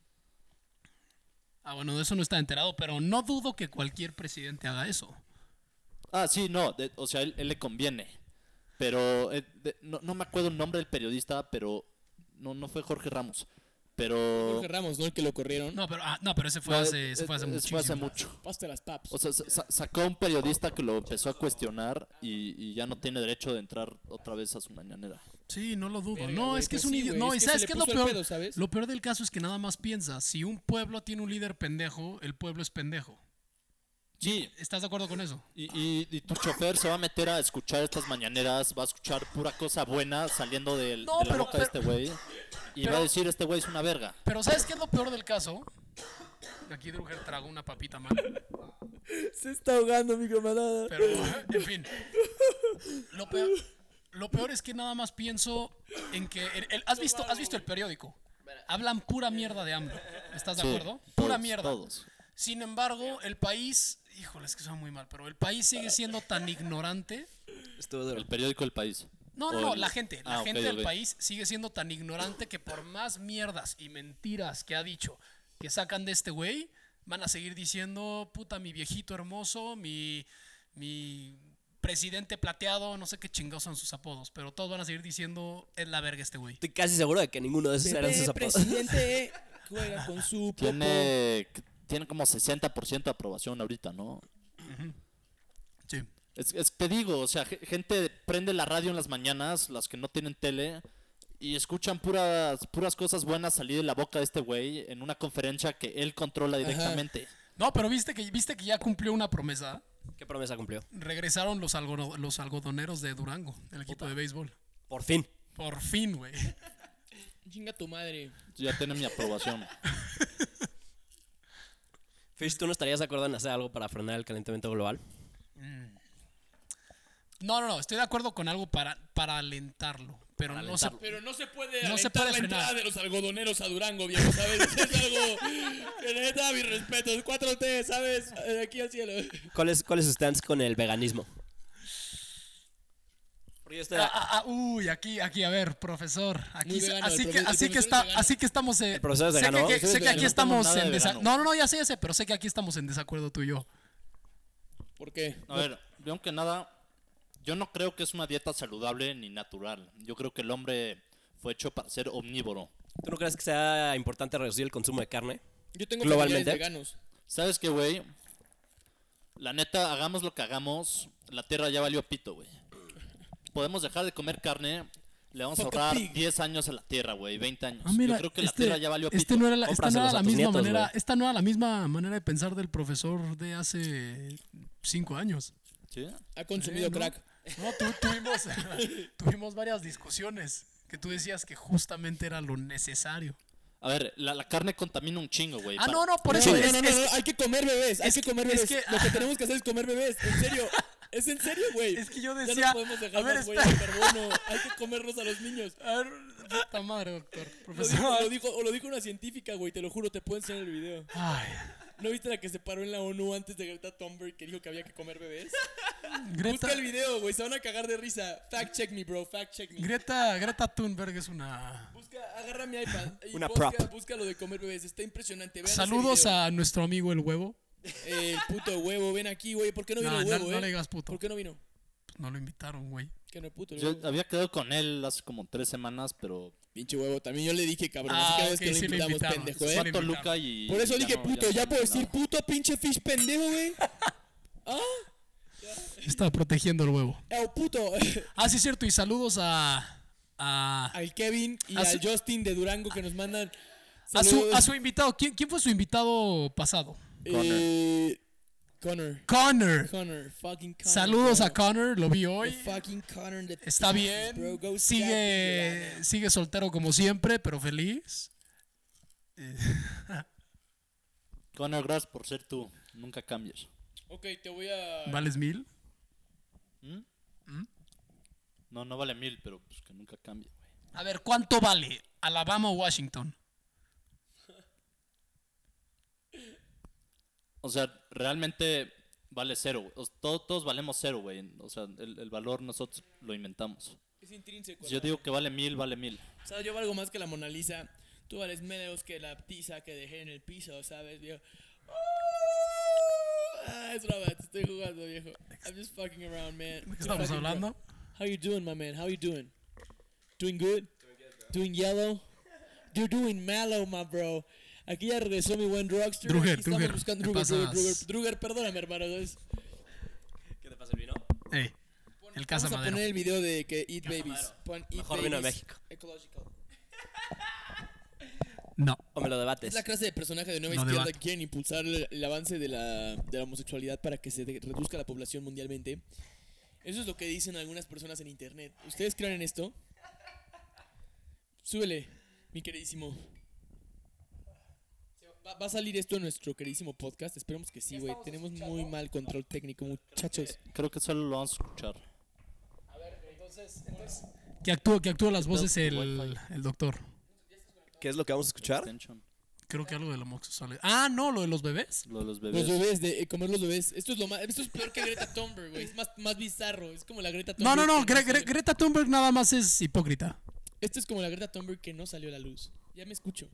Ah, bueno, de eso no está enterado, pero no dudo que cualquier presidente haga eso. Ah, sí, no, de- o sea, él, él le conviene. Pero eh, de- no, no me acuerdo el nombre del periodista, pero no, no fue Jorge Ramos. Pero Jorge Ramos, ¿no? El que lo corrieron. No, pero, ah, no, pero ese fue no, hace, eh, ese fue hace eh, muchísimo. fue hace mucho. Paste las paps. O sea, sa- sa- sacó a un periodista que lo empezó a cuestionar y, y ya no tiene derecho de entrar otra vez a su mañanera. Sí, no lo dudo. Verga, no, güey, es que pues es un sí, idiota. güey, No, es y que ¿sabes se qué le es lo puso el peor? pedo, ¿sabes? Lo peor del caso es que nada más piensa, si un pueblo tiene un líder pendejo, el pueblo es pendejo. Sí, ¿Estás de acuerdo con eso? y, y, y tu chofer se va a meter a escuchar estas mañaneras, va a escuchar pura cosa buena saliendo del- No, de la pero- boca de este güey. Y pero- va a decir, este güey es una verga. Pero ¿sabes qué es lo peor del caso? Aquí Druger tragó una papita mal. Se está ahogando mi camarada. Pero, en fin. Lo peor, lo peor es que nada más pienso en que... el- el- ¿has, visto, ¿Has visto el periódico? Hablan pura mierda de AMLO. ¿Estás de Sí, acuerdo? todos, Pura mierda. Todos. Sin embargo, el país... Híjole, es que suena muy mal, pero el país sigue siendo tan ignorante. Estuvo duro. El periódico El País. No, no, O no, el- la gente, la Ah, ok, gente del ok. país sigue siendo tan ignorante que por más mierdas y mentiras que ha dicho que sacan de este güey, van a seguir diciendo, puta, mi viejito hermoso, mi, mi presidente plateado, no sé qué chingados son sus apodos, pero todos van a seguir diciendo, es la verga este güey. Estoy casi seguro de que ninguno de esos eran sus Bebé apodos. presidente juega con su popó. Tiene, tiene como sesenta por ciento de aprobación ahorita, ¿no? Sí. Es, es te digo, o sea, ge- gente prende la radio en las mañanas, las que no tienen tele, y escuchan puras, puras cosas buenas salir de la boca de este güey en una conferencia que él controla directamente. No, pero viste que, viste que ya cumplió una promesa. ¿Qué promesa cumplió? Regresaron los, algodo- los algodoneros de Durango, del equipo de béisbol. Por fin. Por fin, güey. Chinga tu madre. Ya tiene mi aprobación. Fish, ¿tú no estarías de acuerdo en hacer algo para frenar el calentamiento global? No, no, no, estoy de acuerdo con algo para, para alentarlo. Pero Para no se, alentarlo. Pero no se puede No se alentar puede la frenar. entrada de los algodoneros a Durango, viejo, ¿sabes? Es algo que neta, mis respetos. cuatro T, ¿sabes? De aquí al cielo. ¿Cuál es, cuál es su stance con el veganismo? Porque yo estoy de- Ah, ah, ah, uy, aquí, aquí, a ver, profesor. Aquí, Muy se- vegano, así el que, profe- el así que profesor está, es vegano. así que estamos. eh, ¿El profesor es sé que, vegano? que- El sé que profesor es aquí vegano. estamos No tengo nada en de desa- vegano. No, no, no, ya sé, ya sé, pero sé que aquí estamos en desacuerdo tú y yo. ¿Por qué? A ver, yo aunque nada, yo no creo que es una dieta saludable ni natural. Yo creo que el hombre fue hecho para ser omnívoro. ¿Tú no crees que sea importante reducir el consumo de carne? Yo tengo Globalmente. familiares veganos. ¿Sabes qué, güey? La neta, hagamos lo que hagamos, la tierra ya valió pito, güey. Podemos dejar de comer carne, le vamos a Fuck a ahorrar pig. diez años a la tierra, güey, veinte años. Ah, mira, yo creo que la este, tierra ya valió pito. este no era la, esta no Cómpraselos era la a tus misma nietos, manera, güey. esta no era la misma manera de pensar del profesor de hace cinco años. ¿Sí? Ha consumido Sí, ¿no? crack. No, tu- tuvimos, tuvimos varias discusiones que tú decías que justamente era lo necesario. A ver, la, la carne contamina un chingo, güey. Ah, Para- no, no, por No, eso no, es, no, no, es- no, hay que comer bebés, hay es que que- comer es bebés. que- Lo que tenemos que hacer es comer bebés, en serio. Es en serio, güey. es que yo Ya decía, no podemos dejar a ver, más huella de espera. carbono. Hay que comernos a los niños. A ver, puta madre, doctor, Lo dijo, profesor. lo dijo, o lo dijo una científica, güey, te lo juro, te puedo enseñar el video. Ay, ¿No viste la que se paró en la ONU antes de Greta Thunberg que dijo que había que comer bebés? Greta, Busca el video, güey, se van a cagar de risa. Fact check me, bro, fact check me. Greta, Greta Thunberg es una... Busca, agarra mi iPad y Una busca, prop. busca lo de comer bebés, está impresionante. Vean Saludos ese video. a nuestro amigo el huevo. El puto huevo, ven aquí, güey, ¿por qué no vino No, el no, huevo, no eh? le digas puto. ¿Por qué no vino? No lo invitaron, güey. Que no es puto el Yo huevo. había quedado con él hace como tres semanas, pero Pinche huevo, también yo le dije, cabrón, Ah, así cada ok, vez que lo sí lo invitamos, invitaron. pendejo, Sí, eh. lo fue a invitaron. Toluca y... Por eso ya dije no- puto, no ¿ya se puedo invitaba. decir puto, pinche fish pendejo, güey? ¿Ah? Está protegiendo el huevo. Eh, puto. Ah, sí, es cierto. Y saludos a... A, Al Kevin y A al su- Justin de Durango que nos mandan a, su, saludos. a su invitado. ¿Quién, ¿Quién fue su invitado pasado? Eh, Connor. Connor. Connor, fucking Connor. Saludos bro. a Connor, lo vi The hoy. fucking Connor de Está Texas, bro. bien. Go Sigue, Scott, sigue soltero como siempre, pero feliz. Connor, gracias por ser tú. Nunca cambies. Ok, te voy a... ¿Vales mil? ¿Mm? ¿Mm? No, no vale mil, pero pues que nunca cambie, güey. A ver, ¿cuánto vale Alabama o Washington? O sea, realmente vale cero, güey. O sea, todos, todos valemos cero, güey. O sea, el, el valor nosotros lo inventamos. Es intrínseco. Si yo ¿no? digo que vale mil, vale mil. O sea, yo valgo más que la Mona Lisa. Tú vales menos que la tiza que dejé en el piso, ¿sabes, viejo? Ah, es broma, te estoy jugando, viejo. I'm just fucking around, man. ¿De qué estamos Fucking hablando? bro. How you doing, my man? How you doing? Doing good? Doing yellow? You're doing mallow, my bro. Aquí ya regresó mi buen Drugster. Druger, Aquí estamos Druger, buscando ¿qué Druger, Druger, pasas? Druger, Druger, perdóname, hermano. es- ¿Qué te pasa el vino? Ey, el Casa Vamos a Madero. poner el video de que Eat Casa Babies. Madero. Pon Eat Mejor Babies vino de México. Ecological. No. ¿O me lo Es debates? la clase de personaje de nueva No izquierda debate. que quieren impulsar el, el avance de la, de la homosexualidad para que se de- reduzca la población mundialmente. Eso es lo que dicen algunas personas en internet. ¿Ustedes creen en esto? Súbele, mi queridísimo. ¿Va, va a salir esto en nuestro queridísimo podcast? Esperemos que sí, güey. Tenemos muy mal control técnico, muchachos. Creo que solo lo vamos a escuchar. Que actúa, que actúa las voces tu el, Wi-Fi. el doctor. ¿Qué es lo que vamos a escuchar? Extension. Creo que algo de la homosexualidad. Ah, no, lo de los bebés. Lo de los Los bebés. bebés, de eh, comer los bebés. Esto es lo más, esto es peor que Greta Thunberg, güey. Es más, más bizarro. Es como la Greta No, Thunberg. no, no. que Gre- Gre- salió. Greta Thunberg nada más es hipócrita. Esto es como la Greta Thunberg que no salió a la luz. Ya me escucho.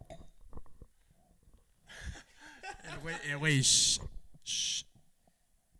El güey, el güey, shh, shh.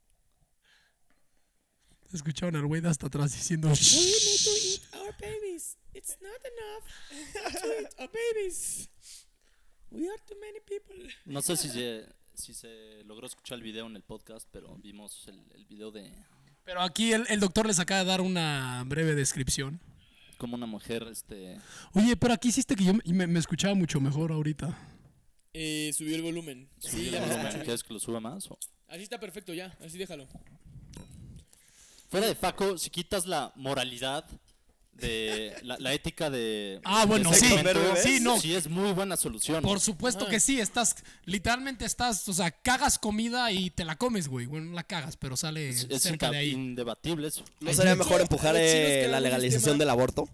Escucharon al güey de hasta atrás diciendo... We need to eat our babies. It's not enough to eat our babies. We are too many people. No sé si se, si se logró escuchar el video en el podcast, pero vimos el, el video de Pero aquí el, el doctor les acaba de dar una breve descripción. cómo una mujer, este... Oye, pero aquí hiciste que yo me, me, me escuchaba mucho mejor ahorita. Eh, subió el volumen. Sí, ya ¿no me me escucho. ¿Quieres que lo suba más? o? Así está perfecto ya, así déjalo. Fuera de Faco, si quitas la moralidad de la, la ética de Ah, bueno, de sí, segmento, sí, no. sí es muy buena solución. Por supuesto Ah. que sí, estás, literalmente estás, o sea, cagas comida y te la comes, güey. Bueno, no la cagas, pero sale es es cerca de inca- ahí. indebatible eso. ¿No Ay, sería yo- mejor empujar a los chinos eh, que la hagan un legalización sistema- del aborto?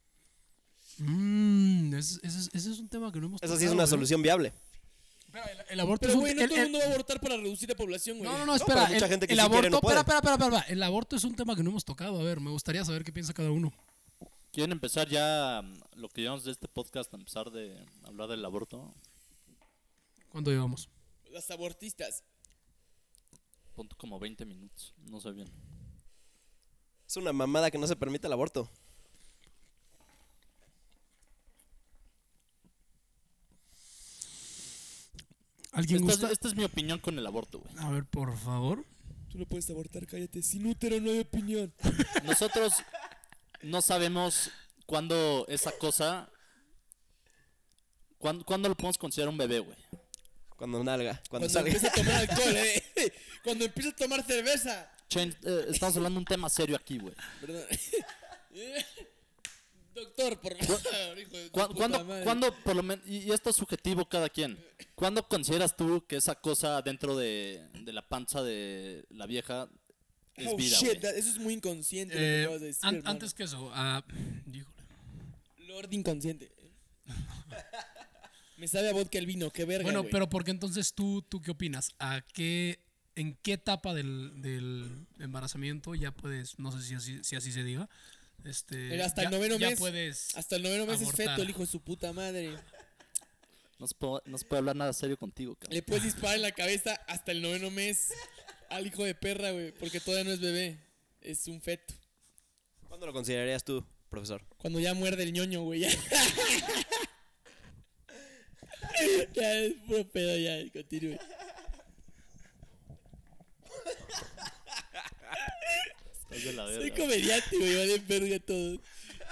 Mmm, ese, ese es- ese es un tema que no hemos Esa sí es tocado, una güey. solución viable. Espera, el, el aborto Pero es un... güey, no el- todo el el- mundo va a abortar para reducir la población, güey. no, no, no, No, espera. pero mucha el, gente que el sí quiere aborto, no puede. espera, espera, espera, espera. El aborto es un tema que no hemos tocado. A ver, me gustaría saber qué piensa cada uno. ¿Quieren empezar ya mm, lo que llevamos de este podcast, a empezar de hablar del aborto? ¿Cuánto llevamos? Las abortistas. Ponte como veinte minutos, no sé bien. Es una mamada que no se permite el aborto. ¿Alguien Esta es, gusta? esta es mi opinión con el aborto, güey. A ver, por favor. Tú no puedes abortar, cállate. Sin útero no hay opinión. Nosotros no sabemos cuándo esa cosa... ¿Cuándo, cuándo lo podemos considerar un bebé, güey? Cuando nalga. Cuando, Cuando salga. empieza a tomar alcohol, eh. Cuando empieza a tomar cerveza. Chen, eh, estamos hablando de un tema serio aquí, güey. Perdón. Doctor, por favor, hijo de tu ¿Cuá- puta ¿Cuándo, madre. cuándo, por lo menos, y y esto es subjetivo cada quien, ¿cuándo consideras tú que esa cosa dentro de, de la panza de la vieja es Oh, vida, shit, güey? that- eso es muy inconsciente lo que Eh, acabas de decir, an- hermano. antes que eso, ah, híjole. Lord inconsciente. Me sabe a vodka el vino, qué verga, Bueno, güey. pero porque entonces tú, ¿tú qué opinas? ¿A qué, en qué etapa del, del embarazamiento ya puedes, no sé si así, si así se diga, este, Pero hasta ya, el noveno ya mes. puedes Hasta el noveno mes es abortar. feto, el hijo de su puta madre. No se, puede, no se puede hablar nada serio contigo, cabrón. Le puedes disparar en la cabeza hasta el noveno mes al hijo de perra, güey. Porque todavía no es bebé. Es un feto. ¿Cuándo lo considerarías tú, profesor? Cuando ya muerde el ñoño, güey. Ya, ya es puro pedo, ya. Continúe. Estás de la Soy verga. comediante, güey. Vale verga todo.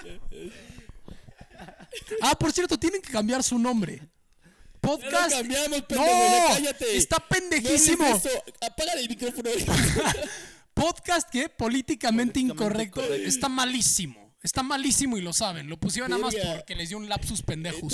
Ah, por cierto, tienen que cambiar su nombre. Ya Podcast. lo cambiamos, No, pendejo. ya cállate. está No hables pendejísimo. de eso. Apágale el micrófono. Podcast que políticamente, Políticamente incorrecto, incorrecto. está malísimo. Está malísimo y lo saben. Lo pusieron nada más Verga. porque les dio un lapsus pendejos.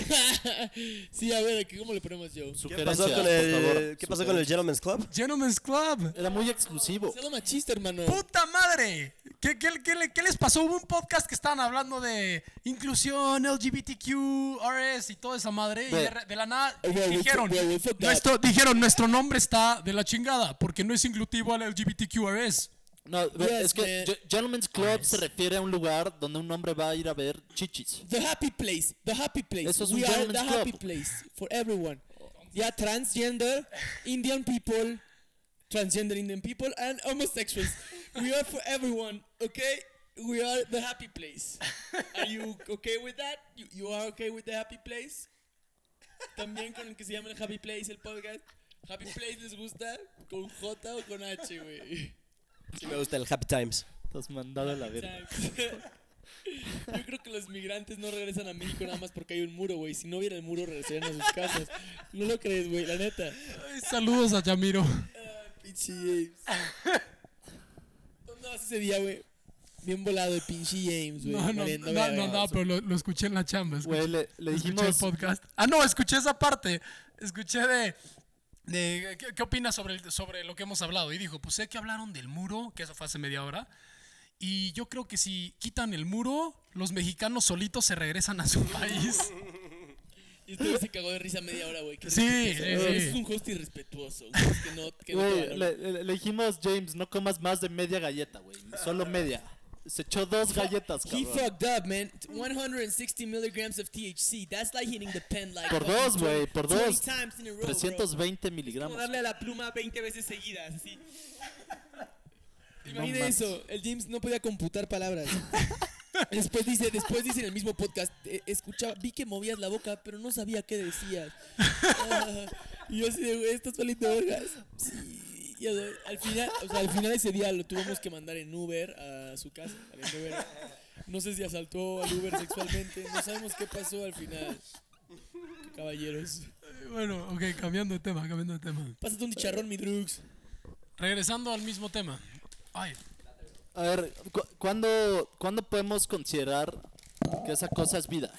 Sí, a ver, ¿qué- ¿cómo le ponemos yo? ¿Qué Sugerencias, pasó con por el, favor. ¿qué pasó con el Gentleman's Club? Gentleman's Club. Era muy exclusivo. Cero machista, hermano. ¡Puta madre! ¿Qué, qué, qué le- qué les pasó? Hubo un podcast que estaban hablando de inclusión, L G B T Q, R S y toda esa madre. Y de, re- de la nada Oh, well, we dijeron, fuck- well, we fuck that. nuestro, dijeron, nuestro nombre está de la chingada porque no es inclusivo al L G B T Q R S. No, ve, Yes, es que man. Ge- Gentleman's Club se refiere a un lugar donde un hombre va a ir a ver chichis. The happy place, the happy place. Eso es We un are the gentleman's club. happy place for everyone. Yeah, transgender, Indian people, transgender Indian people, and homosexuals. We are for everyone, okay? We are the happy place. Are you okay with that? You, you are okay with the happy place? También con el que se llama el happy place, el podcast. Happy place les gusta con J o con H, güey. Sí me gusta el Happy Times. Estás mandado a la verga. Yo creo que los migrantes no regresan a México nada más porque hay un muro, güey. Si no hubiera el muro, regresarían a sus casas. No lo crees, güey, la neta. Ay, saludos a Yamiro. Ah, pinche James. ¿Dónde vas ese día, güey? Bien volado de pinche James, güey. No, no, valiendo no, no, verga. no, pero lo, lo escuché en la chamba. Escuché, Güey, le, le escuché dijimos... el podcast. Ah, no, escuché esa parte. Escuché de... de ¿qué, qué opinas sobre, el- sobre lo que hemos hablado? Y dijo, pues sé que hablaron del muro, que eso fue hace media hora. Y yo creo que si quitan el muro, los mexicanos solitos se regresan a su país. Y este güey se cagó de risa media hora, güey. Qué Sí, respetuoso. sí, sí. Ese es un host irrespetuoso. Un host que no, que no te Güey, valora. le, le- le dijimos, James, no comas más de media galleta, güey. Solo media. Se echó dos galletas, He cabrón. fucked up, man. one hundred sixty milligrams of T H C. That's like hitting the pen like Por fucking dos, güey, twenty- por twenty dos. times in a row, bro. trescientos veinte Como miligramos. darle a la pluma veinte veces seguidas, así. Imagina mames. eso, el James no podía computar palabras. Después dice, después dice en el mismo podcast, eh, escuchaba, vi que movías la boca, pero no sabía qué decías. Ah, y yo así de, güey, estás valiendo vergas. Sí, y, o sea, al final, o sea, al final ese día lo tuvimos que mandar en Uber a su casa. En Uber. No sé si asaltó al Uber sexualmente, no sabemos qué pasó al final. Caballeros. Bueno, ok, cambiando de tema, cambiando de tema. Pásate un chicharrón, mi drugs. Regresando al mismo tema. Ay, A ver, cu- ¿cuándo, ¿cuándo podemos considerar que esa cosa es vida?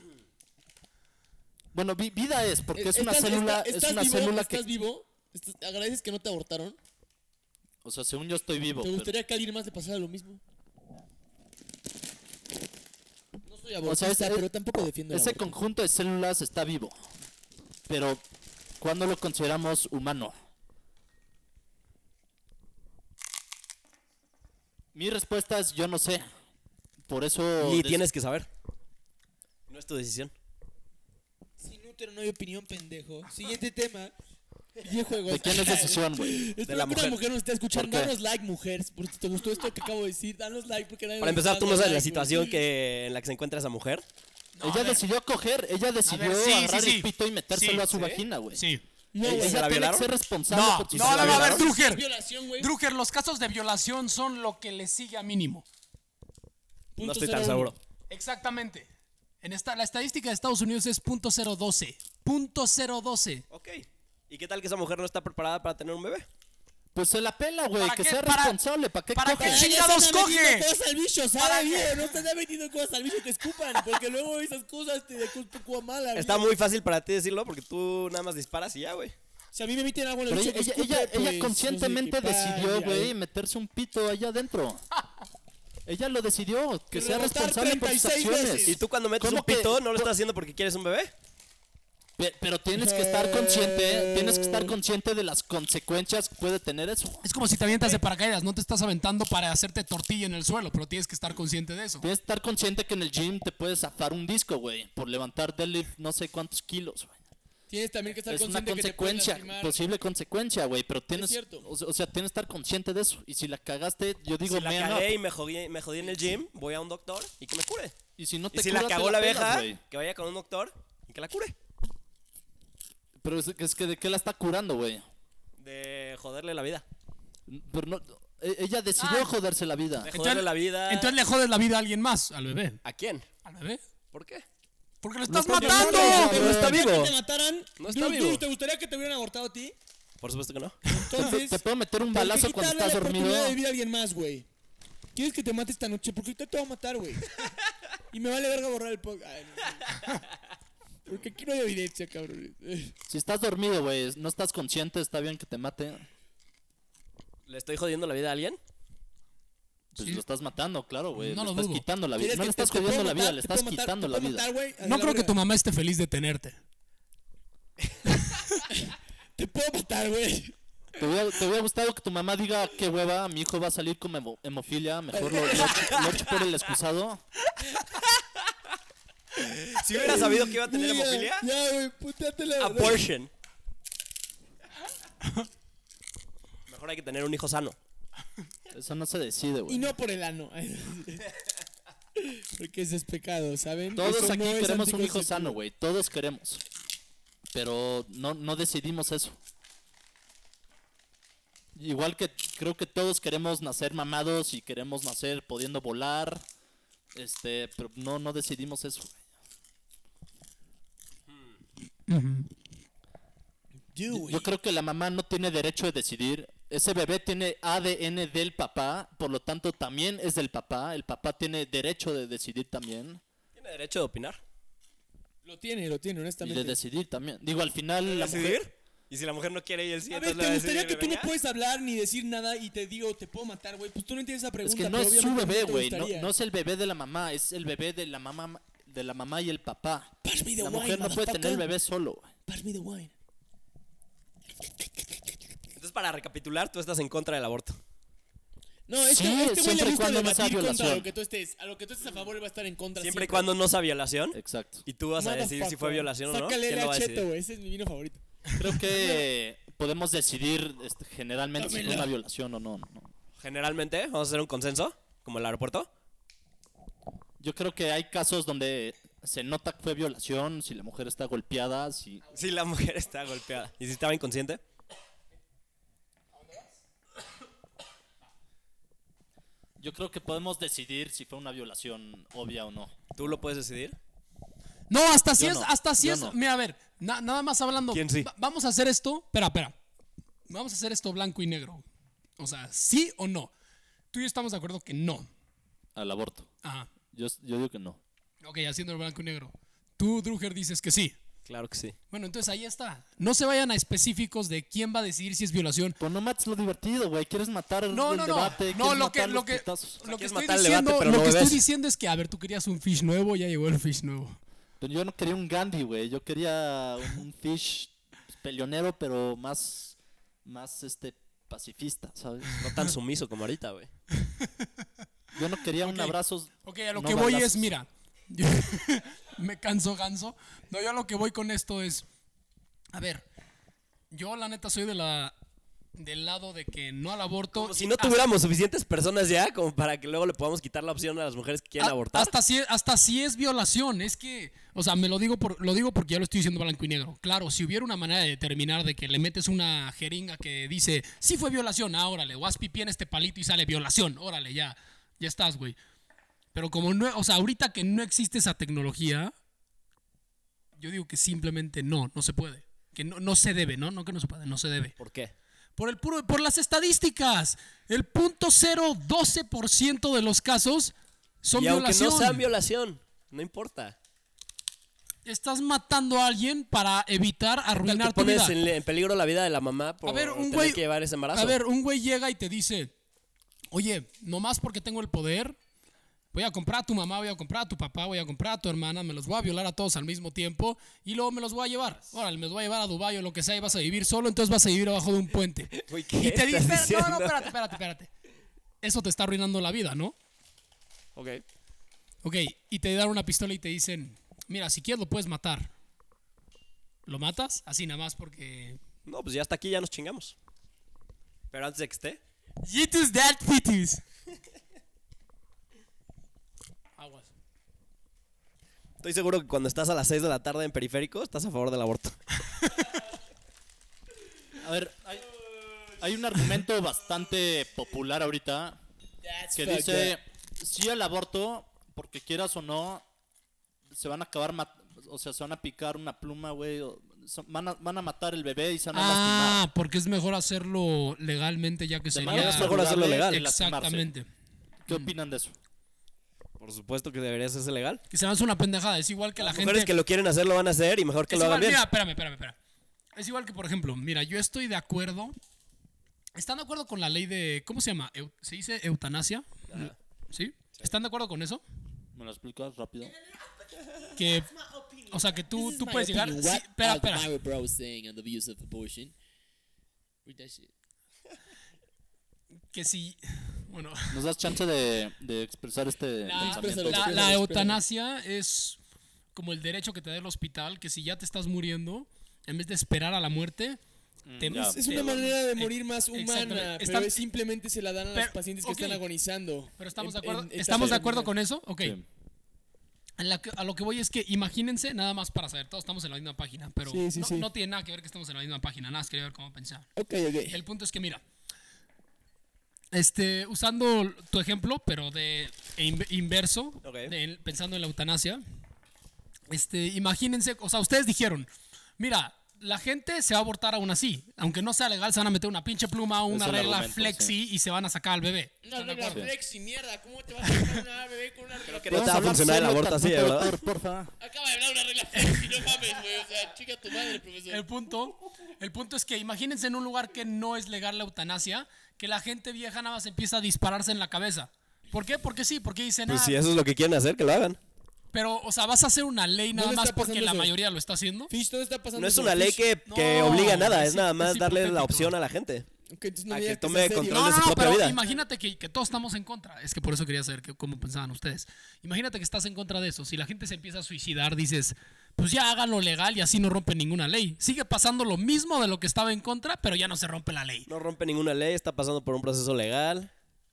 Bueno, vi- vida es, porque es una ¿Estás- célula, está- es ¿Estás una vivo? célula ¿Estás que... vivo? ¿Estás- ¿Agradeces que no te abortaron? O sea, según yo estoy vivo. ¿Te pero- gustaría que a alguien más le pasara lo mismo? No soy O abortista, sea, ese- pero tampoco defiendo el Ese aborto. conjunto de células está vivo. Pero, ¿cuándo lo consideramos humano? Mi respuesta es yo no sé. Por eso... Ni des- tienes que saber. No es tu decisión. Sin útero no hay opinión, pendejo. Siguiente tema. Videojuegos. ¿De quién es decisión, güey? Espero De la que mujer. una mujer nos esté escuchando. ¿Por qué? Danos like, mujer. Por si te gustó esto que acabo de decir, danos like porque nadie Para nos empezar, está tú no dando sabes la like, situación güey. que, en la que se encuentra esa mujer. no, a ella ver. decidió coger, ella decidió A ver, sí, agarrar sí, sí. el pito y metérselo Sí, a su ¿sí? vagina, güey. Sí. No, Ella güey. ¿Se la tiene que violaron? ser responsable No, por sus no, no, no, a ver, acciones. Drucker. Violación, güey. Drucker, los casos de violación son lo que le sigue a mínimo. Punto No estoy cero tan uno. seguro. Exactamente. En esta, la estadística de Estados Unidos es punto cero doce. punto cero doce. Ok. ¿Y qué tal que esa mujer no está preparada para tener un bebé? Pues se la pela, güey, ¿Para que qué? sea ¿Para- responsable, ¿para qué para coge? qué Para chingados ella se anda coge? metiendo cosas al bicho, ¿Para ¿sabes? qué? Bien, no te anda metiendo cosas al bicho, te escupan. Porque luego esas cosas te dejan un poco mala. Está güey. muy fácil para ti decirlo porque tú nada más disparas y ya, güey. Si a mí me meten algo en el Pero bicho, ella, que ella, escupe, ella, ella pues, conscientemente no sé qué decidió, pasa, güey, ya. meterse un pito allá adentro. Ella lo decidió, que sea rebotar responsable por sus treinta y seis acciones. veces. Y tú cuando metes ¿Cómo un que- pito, ¿no lo co- estás haciendo porque quieres un bebé? Pe- Pero tienes que estar consciente, tienes que estar consciente de las consecuencias que puede tener eso. Es como si te avientas de paracaídas, no te estás aventando para hacerte tortilla en el suelo, pero tienes que estar consciente de eso. Tienes que estar consciente que en el gym te puedes zafar un disco, güey, por levantar deadlift no sé cuántos kilos, güey. Tienes también que estar Es una consciente que te pueden consecuencia, lastimar. posible consecuencia, güey, pero tienes, cierto. o, sea- o sea, tienes que estar consciente de eso. Y si la cagaste, yo digo, Si la man cagué up. y me jodí, me jodí en el gym, voy a un doctor y que me cure. Y si no te Y si cura, la te cagó la pelas, vieja, güey. que vaya con un doctor y que la cure. Pero es, es que de qué la está curando, güey. De joderle la vida. Pero no, e- ella decidió Ah. joderse la vida. De joderle la vida. Entonces le jodes la vida a alguien más, al bebé. ¿A quién? ¿Al bebé? ¿Por qué? Porque lo estás está matando. violando, Pero no está ¿Te gustaría vivo. que te mataran? No está Drew, vivo. Drew, ¿te gustaría que te hubieran abortado a ti? Por supuesto que no. Entonces, Te puedo meter un ¿por qué balazo cuando quitarle estás la dormido. oportunidad de vida a alguien más, güey? ¿Quieres que te mate esta noche? Porque ahorita te voy a matar, güey. Y me vale verga borrar el podcast. Ay, no. Porque aquí no hay evidencia, cabrón. Si estás dormido, güey, no estás consciente, está bien que te mate. ¿Le estoy jodiendo la vida a alguien? Pues Sí. lo estás matando, claro, güey. No le lo estás dudo. quitando la vida. ¿Quieres No que le estás te- te puedo jodiendo la vida, matar? le ¿Te puedo estás matar? quitando ¿Te la puedo vida. matar, güey? A No la creo que verga. tu mamá esté feliz de tenerte. Te puedo matar, güey. ¿Te hubiera, te hubiera gustado que tu mamá diga qué hueva, mi hijo va a salir con hemo- hemofilia, mejor lo, lo, echo- lo echo por el excusado? Si hubiera sabido que iba a tener Ya, hemofilia, Ya, güey, putéatela. abortion. Mejor hay que tener un hijo sano. Eso no se decide, Y güey. no por el ano. Porque ese es pecado, ¿saben? Todos Eso aquí no es queremos un hijo anticonceptivo. sano, güey. Todos queremos. Pero no, no decidimos eso. Igual que creo que todos queremos nacer mamados y queremos nacer pudiendo volar. Este, pero no, no decidimos eso, güey. You, güey. Yo creo que la mamá no tiene derecho de decidir. Ese bebé tiene A D N del papá, por lo tanto también es del papá. El papá tiene derecho de decidir también. Tiene derecho de opinar. Lo tiene, lo tiene, Y honestamente. de decidir también. Digo, al final la ¿Decidir? mujer... Y si la mujer no quiere y él sí, A ver, entonces le ¿te va a gustaría decir, que tú no "Venga". puedes hablar ni decir nada y te digo, te puedo matar, güey? Pues tú no entiendes esa Es pregunta. que no pero es su obviamente bebé, no te güey. No, gustaría. no es el bebé de la mamá, es el bebé de la mamá, de la mamá y el papá. Pass me the La wine, mujer no puede tener el motherfucker. bebé solo, güey. Pass me the wine. Entonces, para recapitular, tú estás en contra del aborto. No, este, Sí, este güey siempre le y gusta cuando no sea debatir contra violación. lo que tú estés. A lo que tú estés a favor, él va a estar en contra. Siempre y cuando no sea violación. Exacto. Y tú vas a decir si fue violación o no. Sácale ¿Quién el lo va a Cheto, decidir? güey. Ese es mi vino favorito. Creo que podemos decidir este, generalmente si fue Dámela. una violación o no. no. Generalmente, vamos a hacer un consenso, como el aeropuerto. Yo creo que hay casos donde se nota que fue violación, si la mujer está golpeada, si... Si la mujer está golpeada. ¿Y si estaba inconsciente? Yo creo que podemos decidir si fue una violación obvia o no. ¿Tú lo puedes decidir? No, hasta si Yo es, no, hasta si yo es. no. Mira, a ver, na- nada más hablando. ¿Quién sí? Va- vamos a hacer esto. Espera, espera. Vamos a hacer esto blanco y negro. O sea, ¿sí o no? Tú y yo estamos de acuerdo que no. Al aborto. Ajá. Yo, yo digo que no. Ok, haciendo el blanco y negro. Tú, Druger, dices que sí. Claro que sí. Bueno, entonces ahí está. No se vayan a específicos de quién va a decidir si es violación. Pues no mates lo divertido, güey. ¿Quieres matar el, No, el no, no. debate? No, ¿Quieres lo que, matar lo los que, putazos? lo que quieres estoy matar el debate, diciendo, pero lo no que estoy bebés. diciendo es que, a ver, tú querías un fish nuevo, ya llegó el fish nuevo. Pero yo no quería un Gandhi, güey. Yo quería un, un fish peleonero, pero más, más este, pacifista, ¿sabes? No tan sumiso como ahorita, güey. Yo no quería un Ok. abrazo. Ok, a lo no que voy balazos. es, mira, me canso ganso. No, yo a lo que voy con esto es, a ver, yo la neta soy de la del lado de que no al aborto. Como si no Hasta- tuviéramos suficientes personas ya como para que luego le podamos quitar la opción a las mujeres que quieren a- abortar. Hasta si, hasta si es violación, es que, o sea, me lo digo por, lo digo porque ya lo estoy diciendo blanco y negro. Claro, si hubiera una manera de determinar de que le metes una jeringa que dice, sí fue violación, ah, órale, o haz pipí en este palito y sale violación, órale, ya, ya estás, güey. Pero como no, o sea, ahorita que no existe esa tecnología, yo digo que simplemente no, no se puede. Que no, no se debe, ¿no? No que no se puede, no se debe. ¿Por qué? Por el puro, por las estadísticas. El punto cero doce por ciento de los casos son Y aunque violación. no sean violación, no importa. Estás matando a alguien para evitar Tal que arruinar tu pones vida. en, en peligro la vida de la mamá por A ver, un tener güey, que llevar ese embarazo. a ver, un güey llega y te dice, oye, nomás porque tengo el poder, voy a comprar a tu mamá, voy a comprar a tu papá, voy a comprar a tu hermana, me los voy a violar a todos al mismo tiempo y luego me los voy a llevar. Órale, me los voy a llevar a Dubái o lo que sea y vas a vivir solo, entonces vas a vivir abajo de un puente. Güey, ¿qué Y te estás dice, no, no, diciendo? espérate, espérate, espérate. Eso te está arruinando la vida, ¿no? Ok. Ok, y te dan una pistola y te dicen, mira, si quieres lo puedes matar. ¿Lo matas? Así nada más porque... No, pues ya hasta aquí ya nos chingamos. Pero antes de que esté. Jitus that fitus. Aguas. Estoy seguro que cuando estás a las seis de la tarde en periférico, estás a favor del aborto. A ver, hay, hay un argumento bastante popular ahorita That's que fucked dice, up. si el aborto, porque quieras o no, se van a acabar, mat- o sea, se van a picar una pluma, güey, o son- van, a, van a matar el bebé y se van a lastimar. Ah, porque es mejor hacerlo legalmente ya que De sería... manera es mejor hacerlo saludable legal. que lastimarse. Exactamente. ¿Qué opinan de eso? Por supuesto que debería hacerse legal. Que se me hace una pendejada. Es igual que la Las gente... mujeres que lo quieren hacer lo van a hacer y mejor que Es lo igual, hagan bien. mira, espérame, espérame, espérame. Es igual que, por ejemplo, mira, yo estoy de acuerdo. ¿Están de acuerdo con la ley de. ¿Cómo se llama? Eu- ¿Se dice eutanasia? ¿Sí? ¿Están de acuerdo con eso? ¿Me lo explicas rápido? Que. O sea, que tú, This is tú my puedes llegar. opinion. Sí, What espera, are espera. my bros saying on the views of abortion? Read that shit. Que si. Bueno. ¿Nos das chance de, de expresar este La, pensamiento? Exprésalo, la- exprésalo, la exprésalo. eutanasia es como el derecho que te da el hospital, que si ya te estás muriendo, en vez de esperar a la muerte, te, ya. Es Sí, una bueno. manera de morir más Exactamente. humana, pero Están- es simplemente se la dan a los Pero- pacientes que ok. están agonizando. Pero estamos En- de acuerdo, en- en ¿estamos de etapa acuerdo terminal. con eso? Ok. Sí. A, la que- a lo que voy es que imagínense, nada más para saber, todos estamos en la misma página, pero Sí, sí, no, sí. no tiene nada que ver que estemos en la misma página, nada más quería ver cómo pensaban. Ok, ok. El punto es que, mira, este, usando tu ejemplo, pero de in- inverso, Ok. de- pensando en la eutanasia, este, imagínense, o sea, ustedes dijeron, mira, la gente se va a abortar aún así, aunque no sea legal, se van a meter una pinche pluma o una Es el regla argumento, flexi y se van a sacar al bebé. Una ¿Están de regla acuerdo? flexi, mierda. ¿Cómo te vas a sacar una bebé con una regla que no flexi? te va a funcionar el aborto así, ¿verdad? Doctor, porfa. Acaba de hablar una regla flexi, no mames, güey. O sea, chica tu madre, profesor. El punto, el punto es que imagínense en un lugar que no es legal la eutanasia, que la gente vieja nada más empieza a dispararse en la cabeza. ¿Por qué? Porque sí, porque dicen, Pues ah, si eso es lo que quieren hacer, que lo hagan. pero, o sea, vas a hacer una ley nada ¿Dónde más está porque pasando la eso? mayoría lo está haciendo. Fish, ¿dónde está pasando No es eso? una ley Fish. que, que No, obliga a nada, es es- nada es más darle la hipotético. opción a la gente. Ok, entonces no a me que digas tome es serio. control No, de no, su no, propia pero vida. imagínate que, que todos estamos en contra. Es que por eso quería saber que- cómo pensaban ustedes. Imagínate que estás en contra de eso. Si la gente se empieza a suicidar, dices, pues ya háganlo legal y así no rompen ninguna ley. Sigue pasando lo mismo de lo que estaba en contra, pero ya no se rompe la ley. No rompe ninguna ley, está pasando por un proceso legal.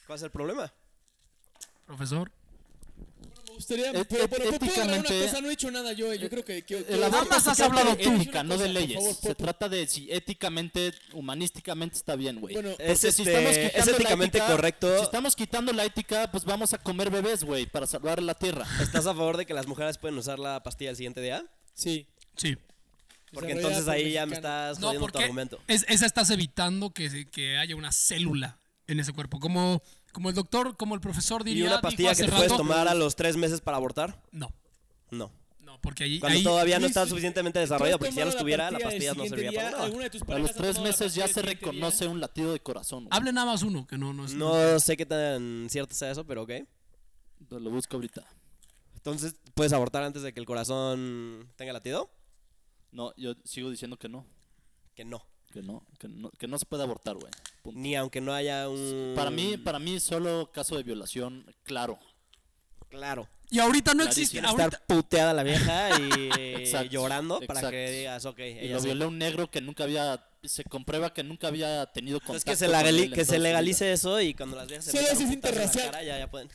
¿Cuál es el problema? Profesor. Me gustaría, Et- pero, et- pero, pero, puedo agarrar una éticamente- cosa, no he hecho nada yo, eh, yo creo que... que- que- El Nada aborto más se has trata hablado de tú. ética, no de Una cosa, por leyes. favor, Se por- trata de si éticamente, humanísticamente está bien, güey. Bueno, Es, Porque este, si estamos es quitando la éticamente ética- correcto. Si estamos quitando la ética, pues vamos a comer bebés, güey, para salvar la tierra. ¿Estás a favor de que las mujeres pueden usar la pastilla el siguiente día? sí. Sí. Porque Desarrollada entonces por ahí ya me mexicanos. estás No, jodiendo tu porque argumento. es, esa estás evitando que, que haya una célula en ese cuerpo. Como, como el doctor, como el profesor ¿Y diría. una dijo pastilla hace que te puedes rato, tomar a los tres meses para abortar? No, No. no, porque ahí. Cuando ahí- todavía no Luis, está ¿tú- suficientemente ¿tú desarrollado, has porque si ya no tomado estuviera, la pastilla pastilla el no siguiente servía día? para nada. ¿Alguna de tus A parejas los ha tres tomado la meses ya pastilla se el siguiente día? reconoce un latido de corazón. güey. Hable nada más uno, que no, no es. No sé qué tan cierto sea eso, pero ok. Lo busco ahorita. Entonces, ¿puedes abortar antes de que el corazón tenga latido? No, yo sigo diciendo que no. Que no. Que no, que no, que no se puede abortar, güey. Punto. Ni aunque no haya un... Para mí, para mí solo caso de violación, claro. Claro. Y ahorita no Clarísimo. existe. Estar Ahorita, puteada la vieja y Exacto, llorando para exacto. que digas, ok, Y ella lo sí. violó un negro que nunca había, se comprueba que nunca había tenido contacto. Entonces que se, con legali- él en que se toda su legalice eso y cuando las viejas se Solo metan si un es putazo en la interracial. cara, ya, ya pueden.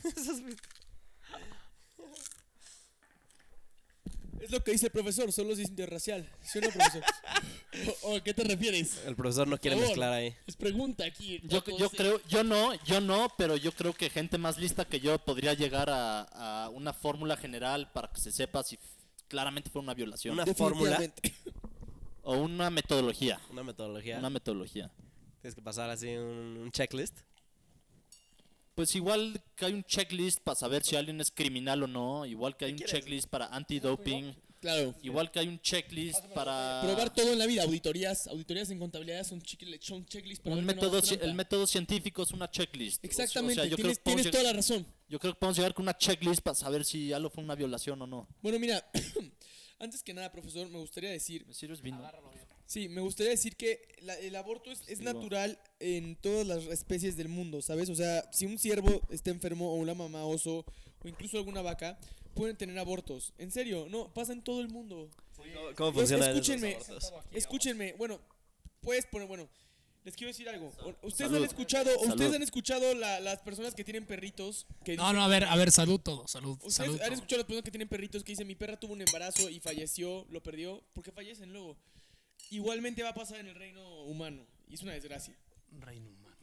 Es lo que dice el profesor, solo si es interracial. ¿Sí o no, profesor? ¿O, o a qué te refieres? El profesor no quiere Por favor. mezclar ahí. Es pregunta aquí. Yo, vato, yo ese. creo, yo no, yo no, pero yo creo que gente más lista que yo podría llegar a, a una fórmula general para que se sepa si f- claramente fue una violación. Una fórmula, Definitivamente. O una metodología. una metodología. Una metodología. Tienes que pasar así un, un checklist. Pues igual que hay un checklist para saber si alguien es criminal o no, igual que hay un quieres? checklist para antidoping, Claro. igual que hay un checklist para Probar todo en la vida. Auditorías. Auditorías en contabilidad son, chicle- son checklists para un ver que no método, hagas ci- trampa. el método científico es una checklist. O- Exactamente. O sea, yo, creo tienes que podemos tienes lleg- toda la razón. yo creo que podemos llegar con una checklist para saber si algo fue una violación o no. Bueno, mira. Antes que nada, profesor, me gustaría decir... ¿Me sirves vino? Sí, me gustaría decir que la- el aborto es, es Sí, natural en todas las especies del mundo, ¿sabes? O sea, si un ciervo está enfermo o una mamá oso o incluso alguna vaca, pueden tener abortos. En serio, no, pasa en todo el mundo. ¿Cómo, cómo Es- funcionan escúchenme, esos abortos? escúchenme, bueno, puedes poner, bueno, les quiero decir algo. O- Ustedes Salud. han escuchado, ustedes Salud. han escuchado la- las personas que tienen perritos que no, dicen- no, a ver, a ver, salud todo, salud, Ustedes salud. han todo. escuchado a las personas que tienen perritos que dicen mi perra tuvo un embarazo y falleció, lo perdió, porque fallecen luego. Igualmente va a pasar en el reino humano y es una desgracia. Reino humano.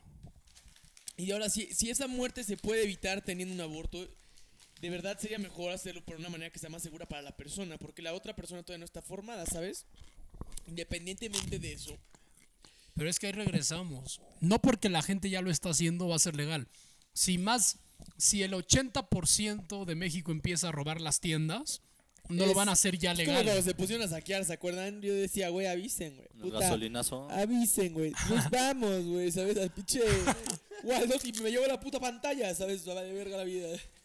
Y ahora, si, si esa muerte se puede evitar teniendo un aborto, de verdad sería mejor hacerlo por una manera que sea más segura para la persona, porque la otra persona todavía no está formada, ¿sabes? Independientemente de eso. Pero es que ahí regresamos. No porque la gente ya lo está haciendo va a ser legal. Si más, si el ochenta por ciento de México empieza a robar las tiendas, no lo Es- van a hacer ya Es como cuando legal. se pusieron a saquear, ¿se acuerdan? Yo decía, güey, avisen, güey. El Puta, gasolinazo. avisen, güey. Nos vamos, güey, ¿sabes? Al pinche Waldos y me llevo la puta pantalla, ¿sabes? Va de verga la vida.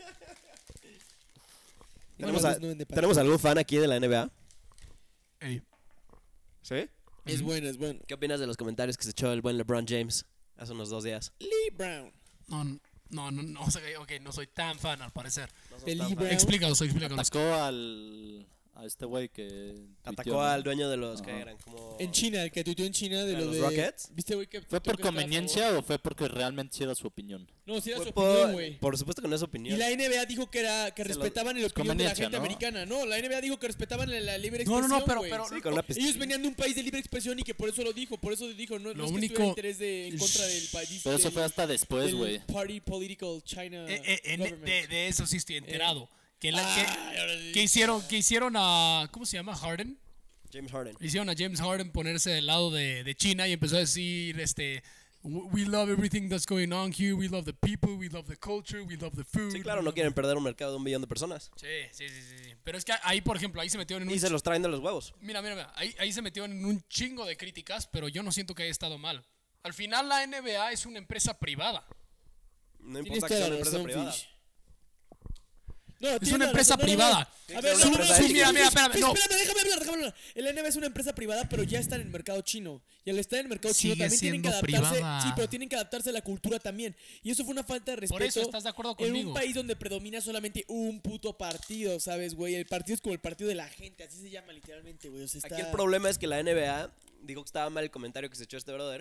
¿Tenemos, Bueno, a- pues no vende pan. ¿Tenemos algún fan aquí de la N B A? Ey, ¿Sí? Es bueno, es bueno. ¿Qué opinas de los comentarios que se echó el buen LeBron James hace unos dos días? Lee Brown. no, no, no, no, o sea, ok, no soy tan fan al parecer. De Lee Brown. Explícanos, explícanos. Atacó al a este güey que Atacó tuiteó, ¿no? al dueño de los que Ajá. eran como... En China, el que tuiteó en China de ¿A lo los de... Rockets? ¿Viste, güey? que ¿Fue tuiteó por que estaba a conveniencia o fue porque realmente sí era su opinión? favor? No, sí era Fue su por, opinión, güey. por supuesto que no es su Y opinión. la N B A dijo que era que Se lo- respetaban la opinión de la conveniencia, gente ¿no? americana. No, la N B A dijo que respetaban la, la libre No, expresión, no, no, pero- güey. pero- Sí, con una pistola. Ellos venían de un país de libre expresión y que por eso lo dijo. Por eso dijo, no, Lo no es que único- estuviera interés de, en contra del país. Pero eso del- fue hasta después, del güey. Party Political China Eh, eh, en- government. de, de eso sí estoy enterado. que, la, Ay, ahora sí. que, que hicieron, que hicieron a, ¿cómo se llama? Harden. James Harden. Hicieron a James Harden ponerse del lado de, de China y empezó a decir, este, we love everything that's going on here, we love the people, we love the culture, we love the food. Sí, claro, we no love quieren perder un mercado de un millón de personas. Sí, sí, sí, sí, sí. Pero es que ahí, por ejemplo, ahí se metieron en un... Y se los traen de los huevos. Mira, mira, mira. Ahí, ahí se metieron en un chingo de críticas, pero yo no siento que haya estado mal. Al final la N B A es una empresa privada. No Tienes importa que sea toda una la empresa razón, privada. Fish. No, Es tienes una la empresa razón. No, no, no. privada. A ver, Su- no, no, no, su- Fish, mira, Fish, mira, Fish, espérame, Fish, no. espérame, déjame hablar, déjame hablar. El N B A es una empresa privada, pero ya está en el mercado chino. Y al estar en el mercado chino Sigue también tienen que siendo adaptarse. privada. Sí, pero tienen que adaptarse a la cultura también. Y eso fue una falta de respeto. Por eso, ¿estás de acuerdo En conmigo? un país donde predomina solamente un puto partido, ¿sabes, güey? El partido es como el partido de la gente, así se llama literalmente, güey. O sea, está... Aquí el problema es que la N B A dijo que estaba mal el comentario que se echó este brother.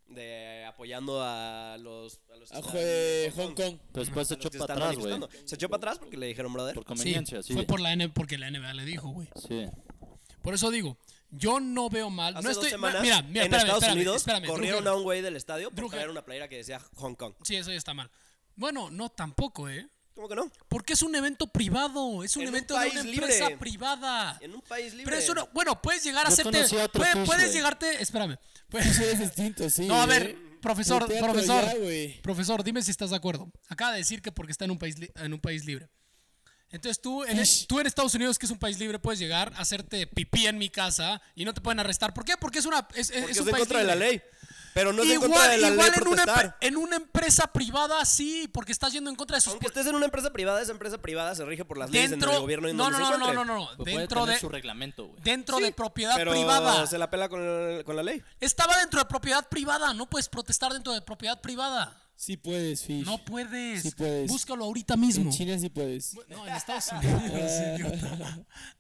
de apoyando a los a los que A están eh, en Hong Kong. Pero después se a los echó que para están atrás, güey. manifestando. Se echó para atrás porque le dijeron, brother. Por Sí, conveniencia, sí. fue por la N porque la N B A le dijo, güey. Sí. Por eso digo, yo no veo mal. Hace no dos estoy, semanas mira, mira, en espérame, Estados espérame, Unidos espérame, corrieron Drugel. a un güey del estadio por Drugel. traer una playera que decía Hong Kong. Sí, eso ya está mal. Bueno, no tampoco, ¿eh? ¿Cómo que no? Porque es un evento privado, es un En un evento de país una libre. empresa privada. En un país libre. Pero eso no, bueno, puedes llegar a Yo hacerte, conocí a otro puede- Fish, puedes güey. llegarte, espérame. puedes- Eso es distinto, sí. no, a ver, ¿eh? profesor, El teatro profesor, ya, güey. profesor, dime si estás de acuerdo. Acaba de decir que porque está en un país li- en un país libre. Entonces tú en, Fish. tú en Estados Unidos, que es un país libre, puedes llegar a hacerte pipí en mi casa y no te pueden arrestar. ¿Por qué? Porque es una es, es- Porque es es un en país contra de la libre. ley. Pero no es en Igual, contra de la igual ley en, una, protestar. empre- en una empresa privada sí, porque estás yendo en contra de sus Aunque estés en una empresa privada, esa empresa privada se rige por las leyes dentro del gobierno en no, donde no, se no, no, encuentre. no, no, no, Pues puede dentro tener de su reglamento, güey. dentro de propiedad Pero privada. se la pela con, el- con la ley. Estaba dentro de propiedad privada, no puedes protestar dentro de propiedad privada. Sí puedes, Fish. No puedes. Sí puedes. Búscalo ahorita mismo. En China sí puedes. No, en Estados Unidos. idiota.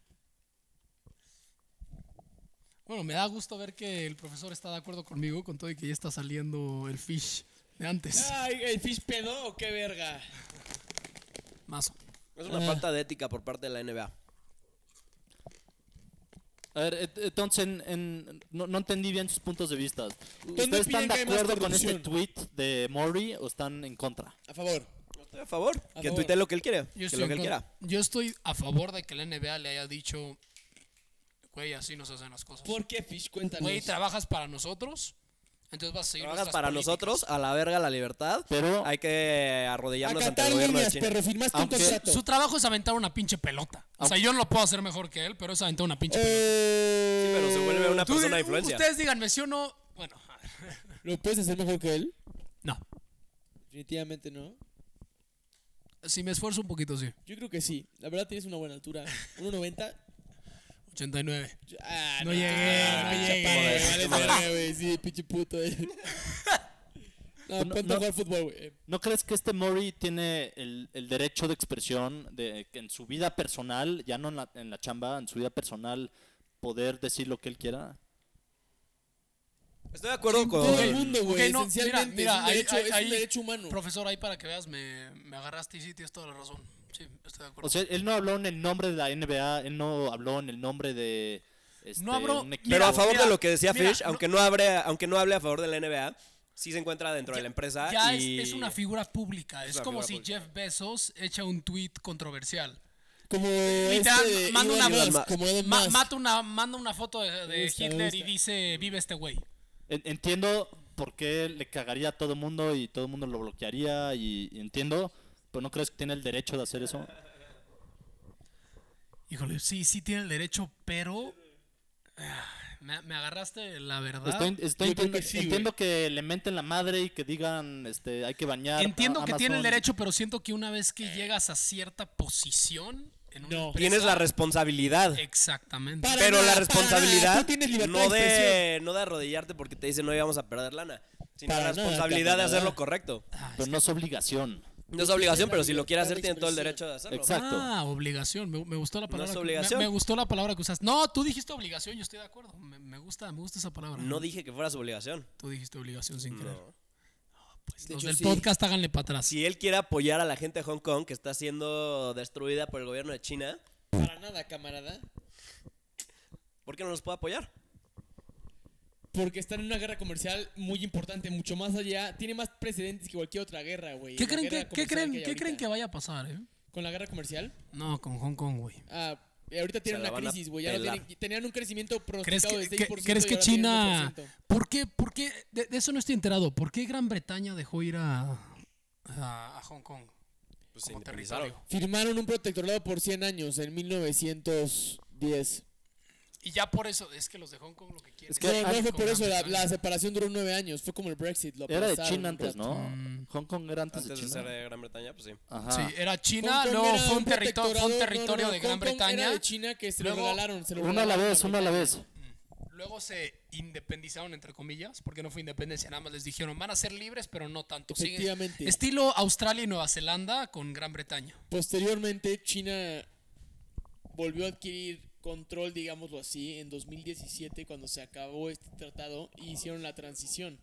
Bueno, me da gusto ver que el profesor está de acuerdo conmigo, con todo y que ya está saliendo el fish de antes. Ay, ¿el Fish pedo o qué verga? Más. Es una Ah. falta de ética por parte de la N B A. A ver, et- entonces en- en- no, no entendí bien sus puntos de vista. ¿Dónde ¿Ustedes piden están que de hay más acuerdo con este corrupción? tweet de Maury o están en contra? A favor. Estoy a favor. A que favor. tuitee lo que él quiere. Yo Que estoy, lo que en él con- quiera. yo estoy a favor de que la N B A le haya dicho, güey, así no se hacen las cosas. ¿Por qué, Fish? Cuéntanos. Güey, trabajas para nosotros, entonces vas a seguir Trabajas nuestras para políticas. nosotros, a la verga la libertad. Pero Hay que arrodillarnos ante Acatar el gobierno de líneas, China. perro. Firmaste Aunque un contrato. Su trabajo es aventar una pinche pelota. O sea, yo no lo puedo hacer mejor que él, pero es aventar una pinche pelota. Eh, Sí, pero se vuelve una Tú persona de di- influencia. Ustedes díganme, ¿sí o no? Bueno, a ver. ¿Lo puedes hacer mejor que él? No. Definitivamente no. Si me esfuerzo un poquito, sí. Yo creo que sí. La verdad tienes una buena altura. uno noventa. ochenta y nueve. Ah, No llegué, ah, no pinche llegué. chaparro, vale, Madre. verga, güey. Sí, pinche puto. eh. No, No, ponte no. a jugar fútbol, güey. ¿no crees que este Maury tiene el, el derecho de expresión de que en su vida personal, ya no en la, en la chamba, en su vida personal, poder decir lo que él quiera? Estoy de acuerdo con. Todo el mundo, güey. Ok, no, esencialmente. mira, es un mira, derecho, ahí- es un ahí- derecho humano. Profesor, ahí para que veas, me, me agarraste y sí, tienes toda la razón. Sí, estoy de acuerdo. O sea, él no habló en el nombre de la N B A, él no habló en el nombre de este, No habló- un equipo. Pero a favor mira, de lo que decía mira, Fish, no- aunque no hable, aunque no hable a favor de la N B A, sí se encuentra dentro de la empresa. ya y... es, es una figura pública. Es, una como figura si pública. Jeff Bezos echa un tweet controversial. Como Literal, este de manda Elon una, Musk, como Elon ma- Musk. mata una, manda una foto de, de Me gusta, me Hitler y gusta. dice, vive este güey. En- Entiendo por qué le cagaría a todo el mundo y todo el mundo lo bloquearía y, y entiendo, pero ¿no crees que tiene el derecho de hacer eso? Híjole, sí, sí tiene el derecho, pero... ah, Me, me agarraste la verdad. Estoy, estoy Yo creo entiendo, que sí, entiendo que le menten la madre y que digan, este, hay que bañar. Entiendo a que tiene el Amazon. derecho, pero siento que una vez que llegas a cierta posición en una No. empresa- Tienes la responsabilidad. Exactamente. Para Pero nada, la para nada. responsabilidad Tú tienes libertad no de de, expresión. no de arrodillarte porque te dicen no íbamos a perder lana, sino Para la nada, responsabilidad de camarada. hacer lo correcto. Ah, Pero no es obligación. No es obligación, pero si lo quiere hacer libertad de tiene todo el expresión. derecho de hacerlo. Exacto. Ah, obligación. Me, me gustó la palabra. es que- obligación. Me, me gustó la palabra que usaste. No, tú dijiste obligación, yo estoy de acuerdo. Me, me gusta, me gusta esa palabra. No dije que fuera su obligación. Tú dijiste obligación sin querer. No. Pues De los hecho, del sí. podcast háganle para atrás. Si él quiere apoyar a la gente de Hong Kong que está siendo destruida por el gobierno de China, Para nada, camarada. ¿por qué no los puede apoyar? Porque están en una guerra comercial muy importante, mucho más allá. Tiene más precedentes que cualquier otra guerra, güey. ¿Qué La creen, guerra que, ¿qué, comercial creen, que hay ¿qué creen ahorita. que vaya a pasar, eh? ¿Con la guerra comercial? No, con Hong Kong, güey. Ah, ahorita tienen Se la una van a crisis, güey. Ya no pelar. tienen, tenían un crecimiento ¿Crees pronosticado que, de que- seis por ciento. ¿crees y que ahora tienen China... uno por ciento. ¿Por qué? ¿Por qué? De, de eso no estoy enterado. ¿Por qué Gran Bretaña dejó ir a, a, a Hong Kong? Pues se como independizaron. territorio? Firmaron un protectorado por cien años en mil novecientos diez. Y ya por eso, es que los de Hong Kong lo que quieren... Es que No, no hay- fue por con eso, la, Gran la Bretaña. separación duró nueve años. Fue como el Brexit. Lo Era de aplazaron China un antes, rato. ¿no? Mm. Hong Kong era antes, Antes de de China. ser de Gran Bretaña, pues sí. Ajá. Sí, era Hong China, Kong luego era fue un, territorio, fue un protectorado- territorio no, no, de Hong Gran Kong Bretaña. Era de China que se Luego- lo regalaron. Se lo Uno a la regalaron vez, uno a la vez. Luego se independizaron, entre comillas, porque no fue independencia, nada más les dijeron, van a ser libres, pero no tanto. Siguen- Efectivamente. estilo Australia y Nueva Zelanda con Gran Bretaña. Posteriormente, China volvió a adquirir control, digámoslo así, en dos mil diecisiete, cuando se acabó este tratado y hicieron la transición.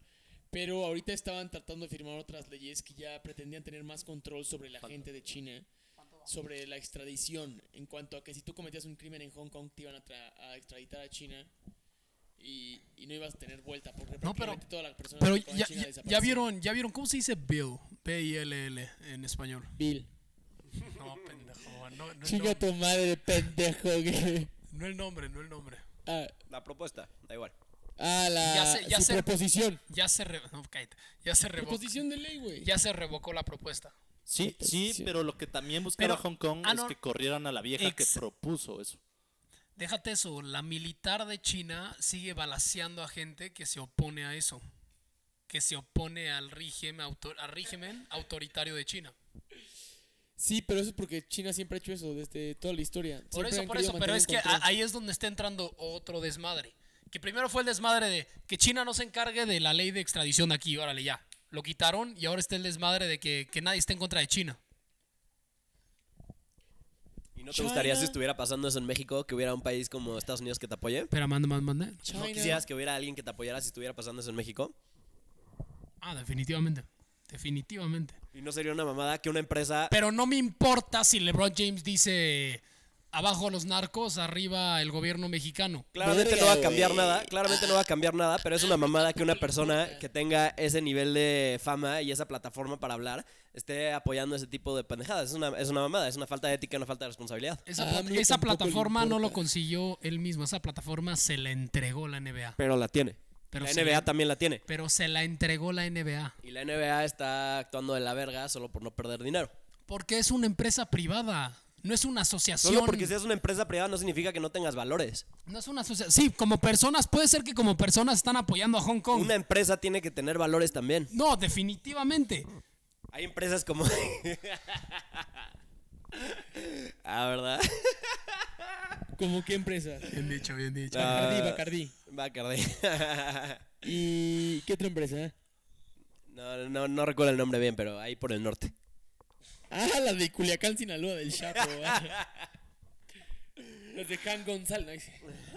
Pero ahorita estaban tratando de firmar otras leyes que ya pretendían tener más control sobre la gente de China, sobre la extradición, en cuanto a que si tú cometías un crimen en Hong Kong te iban a, tra- a extraditar a China y, y no ibas a tener vuelta porque No, pero- prácticamente todas las personas Pero que estaban ya, en China ya- ya desaparecían. vieron, ya vieron, ¿cómo se dice Bill? B I L L en español. Bill. No, pendejo. No, no, el Chinga nombre, tu madre, pendejo. que- no el nombre, no el nombre. Ah, La propuesta, da igual. ah, la Ya sé- ya su sé- proposición. Ya se re- no, cállate. Ya se revocó. Proposición de ley, güey. Ya se revocó la propuesta. Sí, sí, Sí. pero lo que también buscaba Pero- Hong Kong ah, es no. que corrieran a la vieja que Ex- propuso eso. Déjate eso, la militar de China sigue balaceando a gente que se opone a eso. Que se opone al régimen, autor- al régimen autoritario de China. Sí, pero eso es porque China siempre ha hecho eso desde toda la historia. Por Siempre eso, han por querido eso, pero mantener es un que control. a- ahí es donde está entrando otro desmadre. Que primero fue el desmadre de que China no se encargue de la ley de extradición aquí, órale ya. Lo quitaron y ahora está el desmadre de que, que nadie está en contra de China. ¿Y no te gustaría China. si estuviera pasando eso en México, que hubiera un país como Estados Unidos que te apoye? Espera, manda, manda, manda. ¿No China. quisieras que hubiera alguien que te apoyara si estuviera pasando eso en México? Ah, definitivamente. Definitivamente. ¿Y no sería una mamada que una empresa... Pero no me importa si LeBron James dice abajo los narcos, arriba el gobierno mexicano. Claramente Verga, no va a cambiar güey. nada, claramente no va a cambiar nada, pero es una mamada que una persona que tenga ese nivel de fama y esa plataforma para hablar esté apoyando ese tipo de pendejadas. Es una, es una mamada, es una falta de ética, una falta de responsabilidad. Esa, A pla- AMLO esa tampoco le plataforma no lo importa. consiguió él mismo. Esa plataforma se la entregó la N B A. Pero la tiene. Pero la se N B A le- también la tiene. Pero se la entregó la N B A. Y la N B A está actuando de la verga solo por no perder dinero. Porque es una empresa privada. No es una asociación. Solo porque seas una empresa privada no significa que no tengas valores. No es una asociación. Sí, como personas, puede ser que como personas están apoyando a Hong Kong. Una empresa tiene que tener valores también. No, definitivamente. Hay empresas como... ah, ¿verdad? ¿Cómo qué empresa? Bien dicho, bien dicho. Bacardí, Ah, Bacardí. Bacardi. ¿Y qué otra empresa? no, no, no recuerdo el nombre bien, pero ahí por el norte. Ah, la de Culiacán, Sinaloa, del Chapo. ah. Los de Han González. No, sí.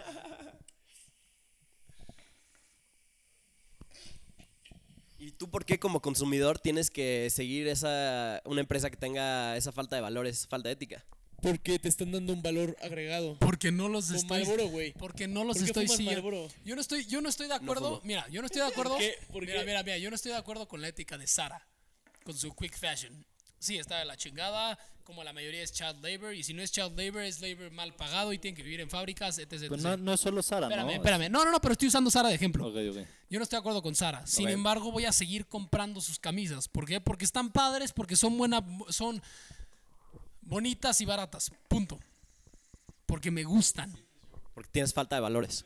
¿Y tú por qué como consumidor tienes que seguir esa una empresa que tenga esa falta de valores, falta de ética? Porque te están dando un valor agregado. Porque no los Con estoy. Marlboro, güey. Porque no los ¿Por qué estoy fumas siguiendo. Marlboro? Yo no estoy, yo no estoy de acuerdo. fumo. Mira, yo no estoy de acuerdo. qué? ¿Por mira, qué? mira, mira, yo no estoy de acuerdo con la ética de Sara. Con su quick fashion. Sí, está de la chingada. Como la mayoría es child labor. Y si no es child labor, es labor mal pagado y tienen que vivir en fábricas, etcétera. Pero no, no es solo Sara, Espérame, ¿no? espérame. No, no, no, pero estoy usando Sara de ejemplo. Ok, ok. Yo no estoy de acuerdo con Sara. Sin Ok. embargo, voy a seguir comprando sus camisas. ¿Por qué? Porque están padres, porque son buenas, son bonitas y baratas. Punto. Porque me gustan. Porque tienes falta de valores.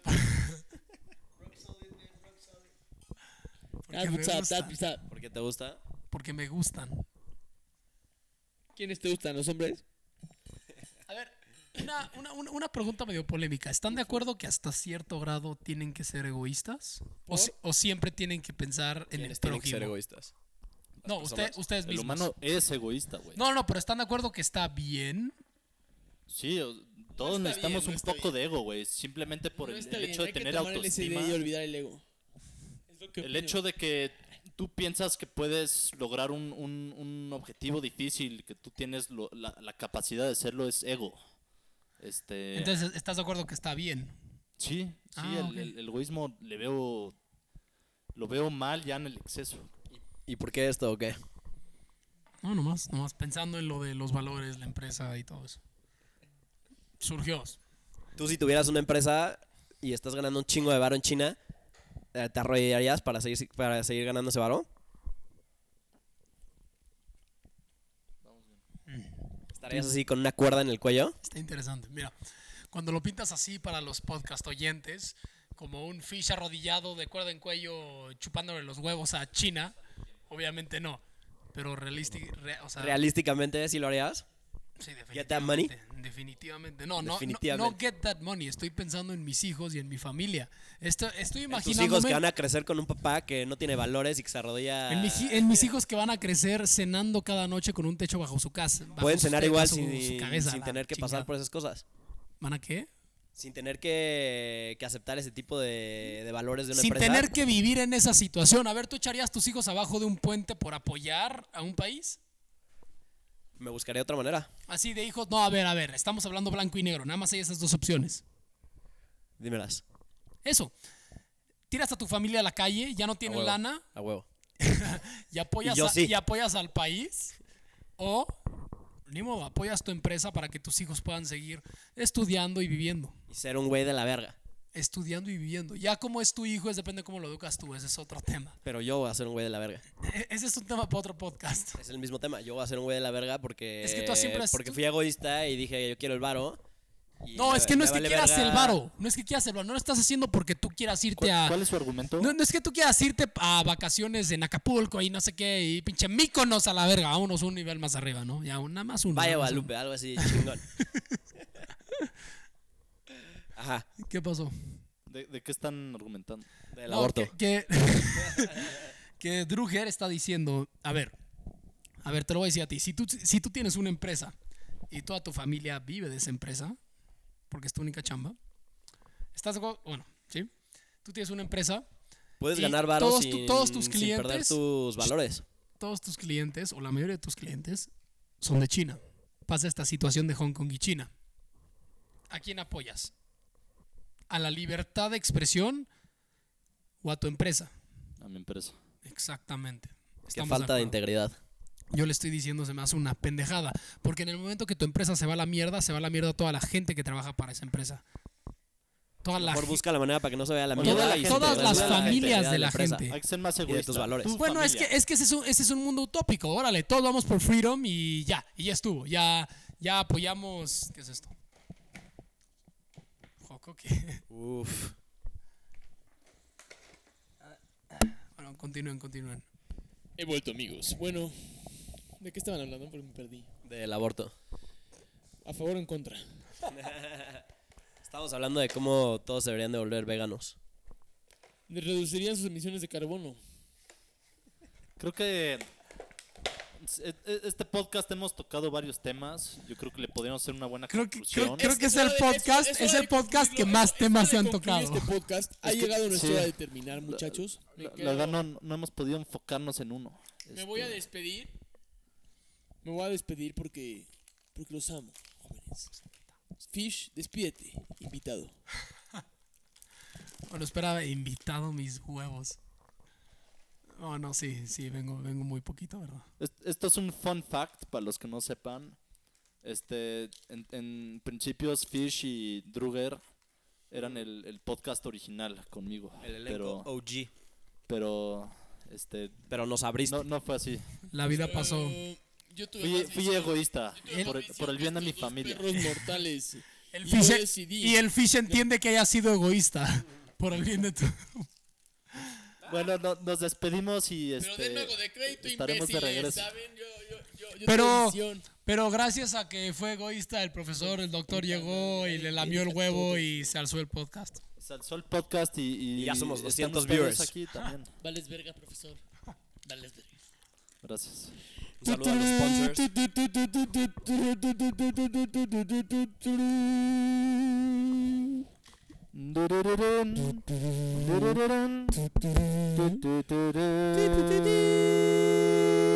Porque That's me what's up, gustan. that's what's up. ¿Por qué te gusta? Porque me gustan. ¿Quiénes te gustan, los hombres? A ver, una, una, una, una pregunta medio polémica. ¿Están de acuerdo que hasta cierto grado tienen que ser egoístas? ¿O, si- o siempre tienen que pensar en el ¿Quiénes tienen que ser prójimo? egoístas? No, usted, personas. ustedes El mismos. humano es egoísta, güey. No, no, pero ¿están de acuerdo que está bien? Sí, o- todos está necesitamos bien, no un está poco de ego, güey. Simplemente por No el, está el bien, hecho de hay que tener tomar el L S D autoestima. y olvidar el ego. Es lo que El opino. hecho de que tú piensas que puedes lograr un, un- un objetivo difícil, que tú tienes lo- la, la capacidad de hacerlo, es ego. Este, Entonces, ¿estás de acuerdo que está bien? sí, sí, Ah, el, ok. el- el egoísmo le veo, lo veo mal ya en el exceso. ¿Y por qué esto o qué? No, nomás, nomás pensando en lo de los valores, la empresa y todo eso. Surgió. Tú si tuvieras una empresa y estás ganando un chingo de varo en China, eh, ¿te arrollarías para seguir, para seguir ganando ese varo? ¿Estarías así con una cuerda en el cuello? Está interesante. Mira, cuando lo pintas así para los podcast oyentes, como un fish arrodillado de cuerda en cuello chupándole los huevos a China, obviamente no. Pero realístic, re- o sea, ¿Realísticamente sí lo harías? sí, Get that money? definitivamente, definitivamente. No, no, no, Definitivamente. no get that money. Estoy pensando en mis hijos y en mi familia. Esto, estoy En tus imaginándome hijos que van a crecer con un papá que no tiene valores y que se arrodilla... en, mis, hi- en mis hijos que van a crecer cenando cada noche con un techo bajo su casa. bajo Pueden su cenar te- igual bajo sin, su cabeza, sin la tener que pasar chingada. por esas cosas. ¿Van a qué? Sin tener que, que aceptar ese tipo de, de valores de una Sin empresa. tener que vivir en esa situación. A ver, ¿tú echarías tus hijos abajo de un puente por apoyar a un país? Me buscaría otra manera. Así de hijos, no, a ver, a ver, estamos hablando blanco y negro, nada más hay esas dos opciones. Dímelas. Eso, tiras a tu familia a la calle, ya no A tienen huevo. lana A huevo. y apoyas, Y yo a- sí. y apoyas al país, o, ni modo, apoyas tu empresa para que tus hijos puedan seguir estudiando y viviendo. Y ser un güey de la verga. Estudiando y viviendo. Ya como es tu hijo, es depende de cómo lo educas tú, ese es otro tema. Pero yo voy a ser un güey de la verga. E- Ese es un tema para otro podcast. Es el mismo tema. Yo voy a ser un güey de la verga porque. Es que tú siempre has- Porque tú- fui egoísta y dije, yo quiero el varo. y No, me- es que no me es que vale quieras verga. el varo, no es que quieras el varo, no lo estás haciendo porque tú quieras irte ¿Cuál, a... cuál es su argumento? No, no es que tú quieras irte a vacaciones en Acapulco y no sé qué, y pinche Míconos a la verga, vámonos un nivel más arriba, ¿no? Ya, un- nada más uno. Vaya nada más Guadalupe, algo así chingón. Ajá, uno. ¿Qué pasó? ¿De, de qué están argumentando? del No, aborto. Que, que, que Druger está diciendo, a ver, a ver, te lo voy a decir a ti, si tú, si tú tienes una empresa y toda tu familia vive de esa empresa, porque es tu única chamba, estás, de acuerdo? Bueno, ¿sí? Tú tienes una empresa, Puedes y ganar varo todos tu- sin, todos tus sin perder clientes- tus valores. todos tus clientes, o la mayoría de tus clientes, son de China. Pasa esta situación de Hong Kong y China. ¿A quién apoyas? ¿A la libertad de expresión o a tu empresa? A mi empresa. Exactamente. Qué Estamos falta de acuerdo. integridad. Yo le estoy diciendo, se me hace una pendejada. Porque en el momento que tu empresa se va a la mierda, se va a la mierda toda la gente que trabaja para esa empresa. Toda la Mejor ge- busca la manera para que no se vea la Toda mierda. la y gente, se todas te las vea la familias integridad de la empresa. gente. Hay que ser más de tus egoísta. valores. Tu Bueno, es que, familia. es que ese, es un, ese es un mundo utópico. Órale, todos vamos por freedom y ya, y ya estuvo. Ya, ya apoyamos. ¿Qué es esto? Joco, ¿qué? Uf. Bueno, continúen, continúen. He vuelto, amigos. Bueno, ¿de qué estaban hablando? Porque me perdí. Del aborto. ¿A favor o en contra? Estamos hablando de cómo todos se deberían de volver veganos. Reducirían sus emisiones de carbono. Creo que e- e- este podcast hemos tocado varios temas. Yo creo que le podríamos hacer una buena Creo que- conclusión. creo que es el hora de- podcast- es es hora el de podcast concluirlo. que más Es- es temas hora se de han concluir tocado. Este podcast ha Es que- llegado nuestra sí. hora de terminar, muchachos. Me, La, quedo- la verdad no, no hemos podido enfocarnos en uno. me voy a Este, despedir. Me voy a despedir porque porque los amo, jóvenes. Fish, despídete, invitado. Bueno, espera, invitado mis huevos. Oh, no, sí, sí, vengo, vengo muy poquito, ¿verdad? es- Esto es un fun fact para los que no sepan. Este, en, en principios Fish y Druger eran el, el podcast original conmigo. El elenco pero, O G. pero este Pero nos abriste. no, no fue así. La vida pasó. Eh, yo tuve Fui, más fui visión- egoísta yo tuve por, más el- visión por el que bien de mi estos dos familia. perros mortales. El Y Fish, yo decidí- y el Fish entiende que haya sido egoísta por el bien de tu... Bueno, no- nos despedimos y Pero este, denme algo de crédito, estaremos de imbéciles, regreso. ¿saben? Yo, yo, yo, yo Pero, tuve visión. pero gracias a que fue egoísta el profesor, el doctor llegó y le lamió el huevo y se alzó el podcast. Se alzó el podcast y, y, Y ya somos están doscientos ustedes viewers. aquí también. Vales verga, profesor. Vales verga. Gracias. Un saludo a los sponsors. Durururun, durururun, durururun.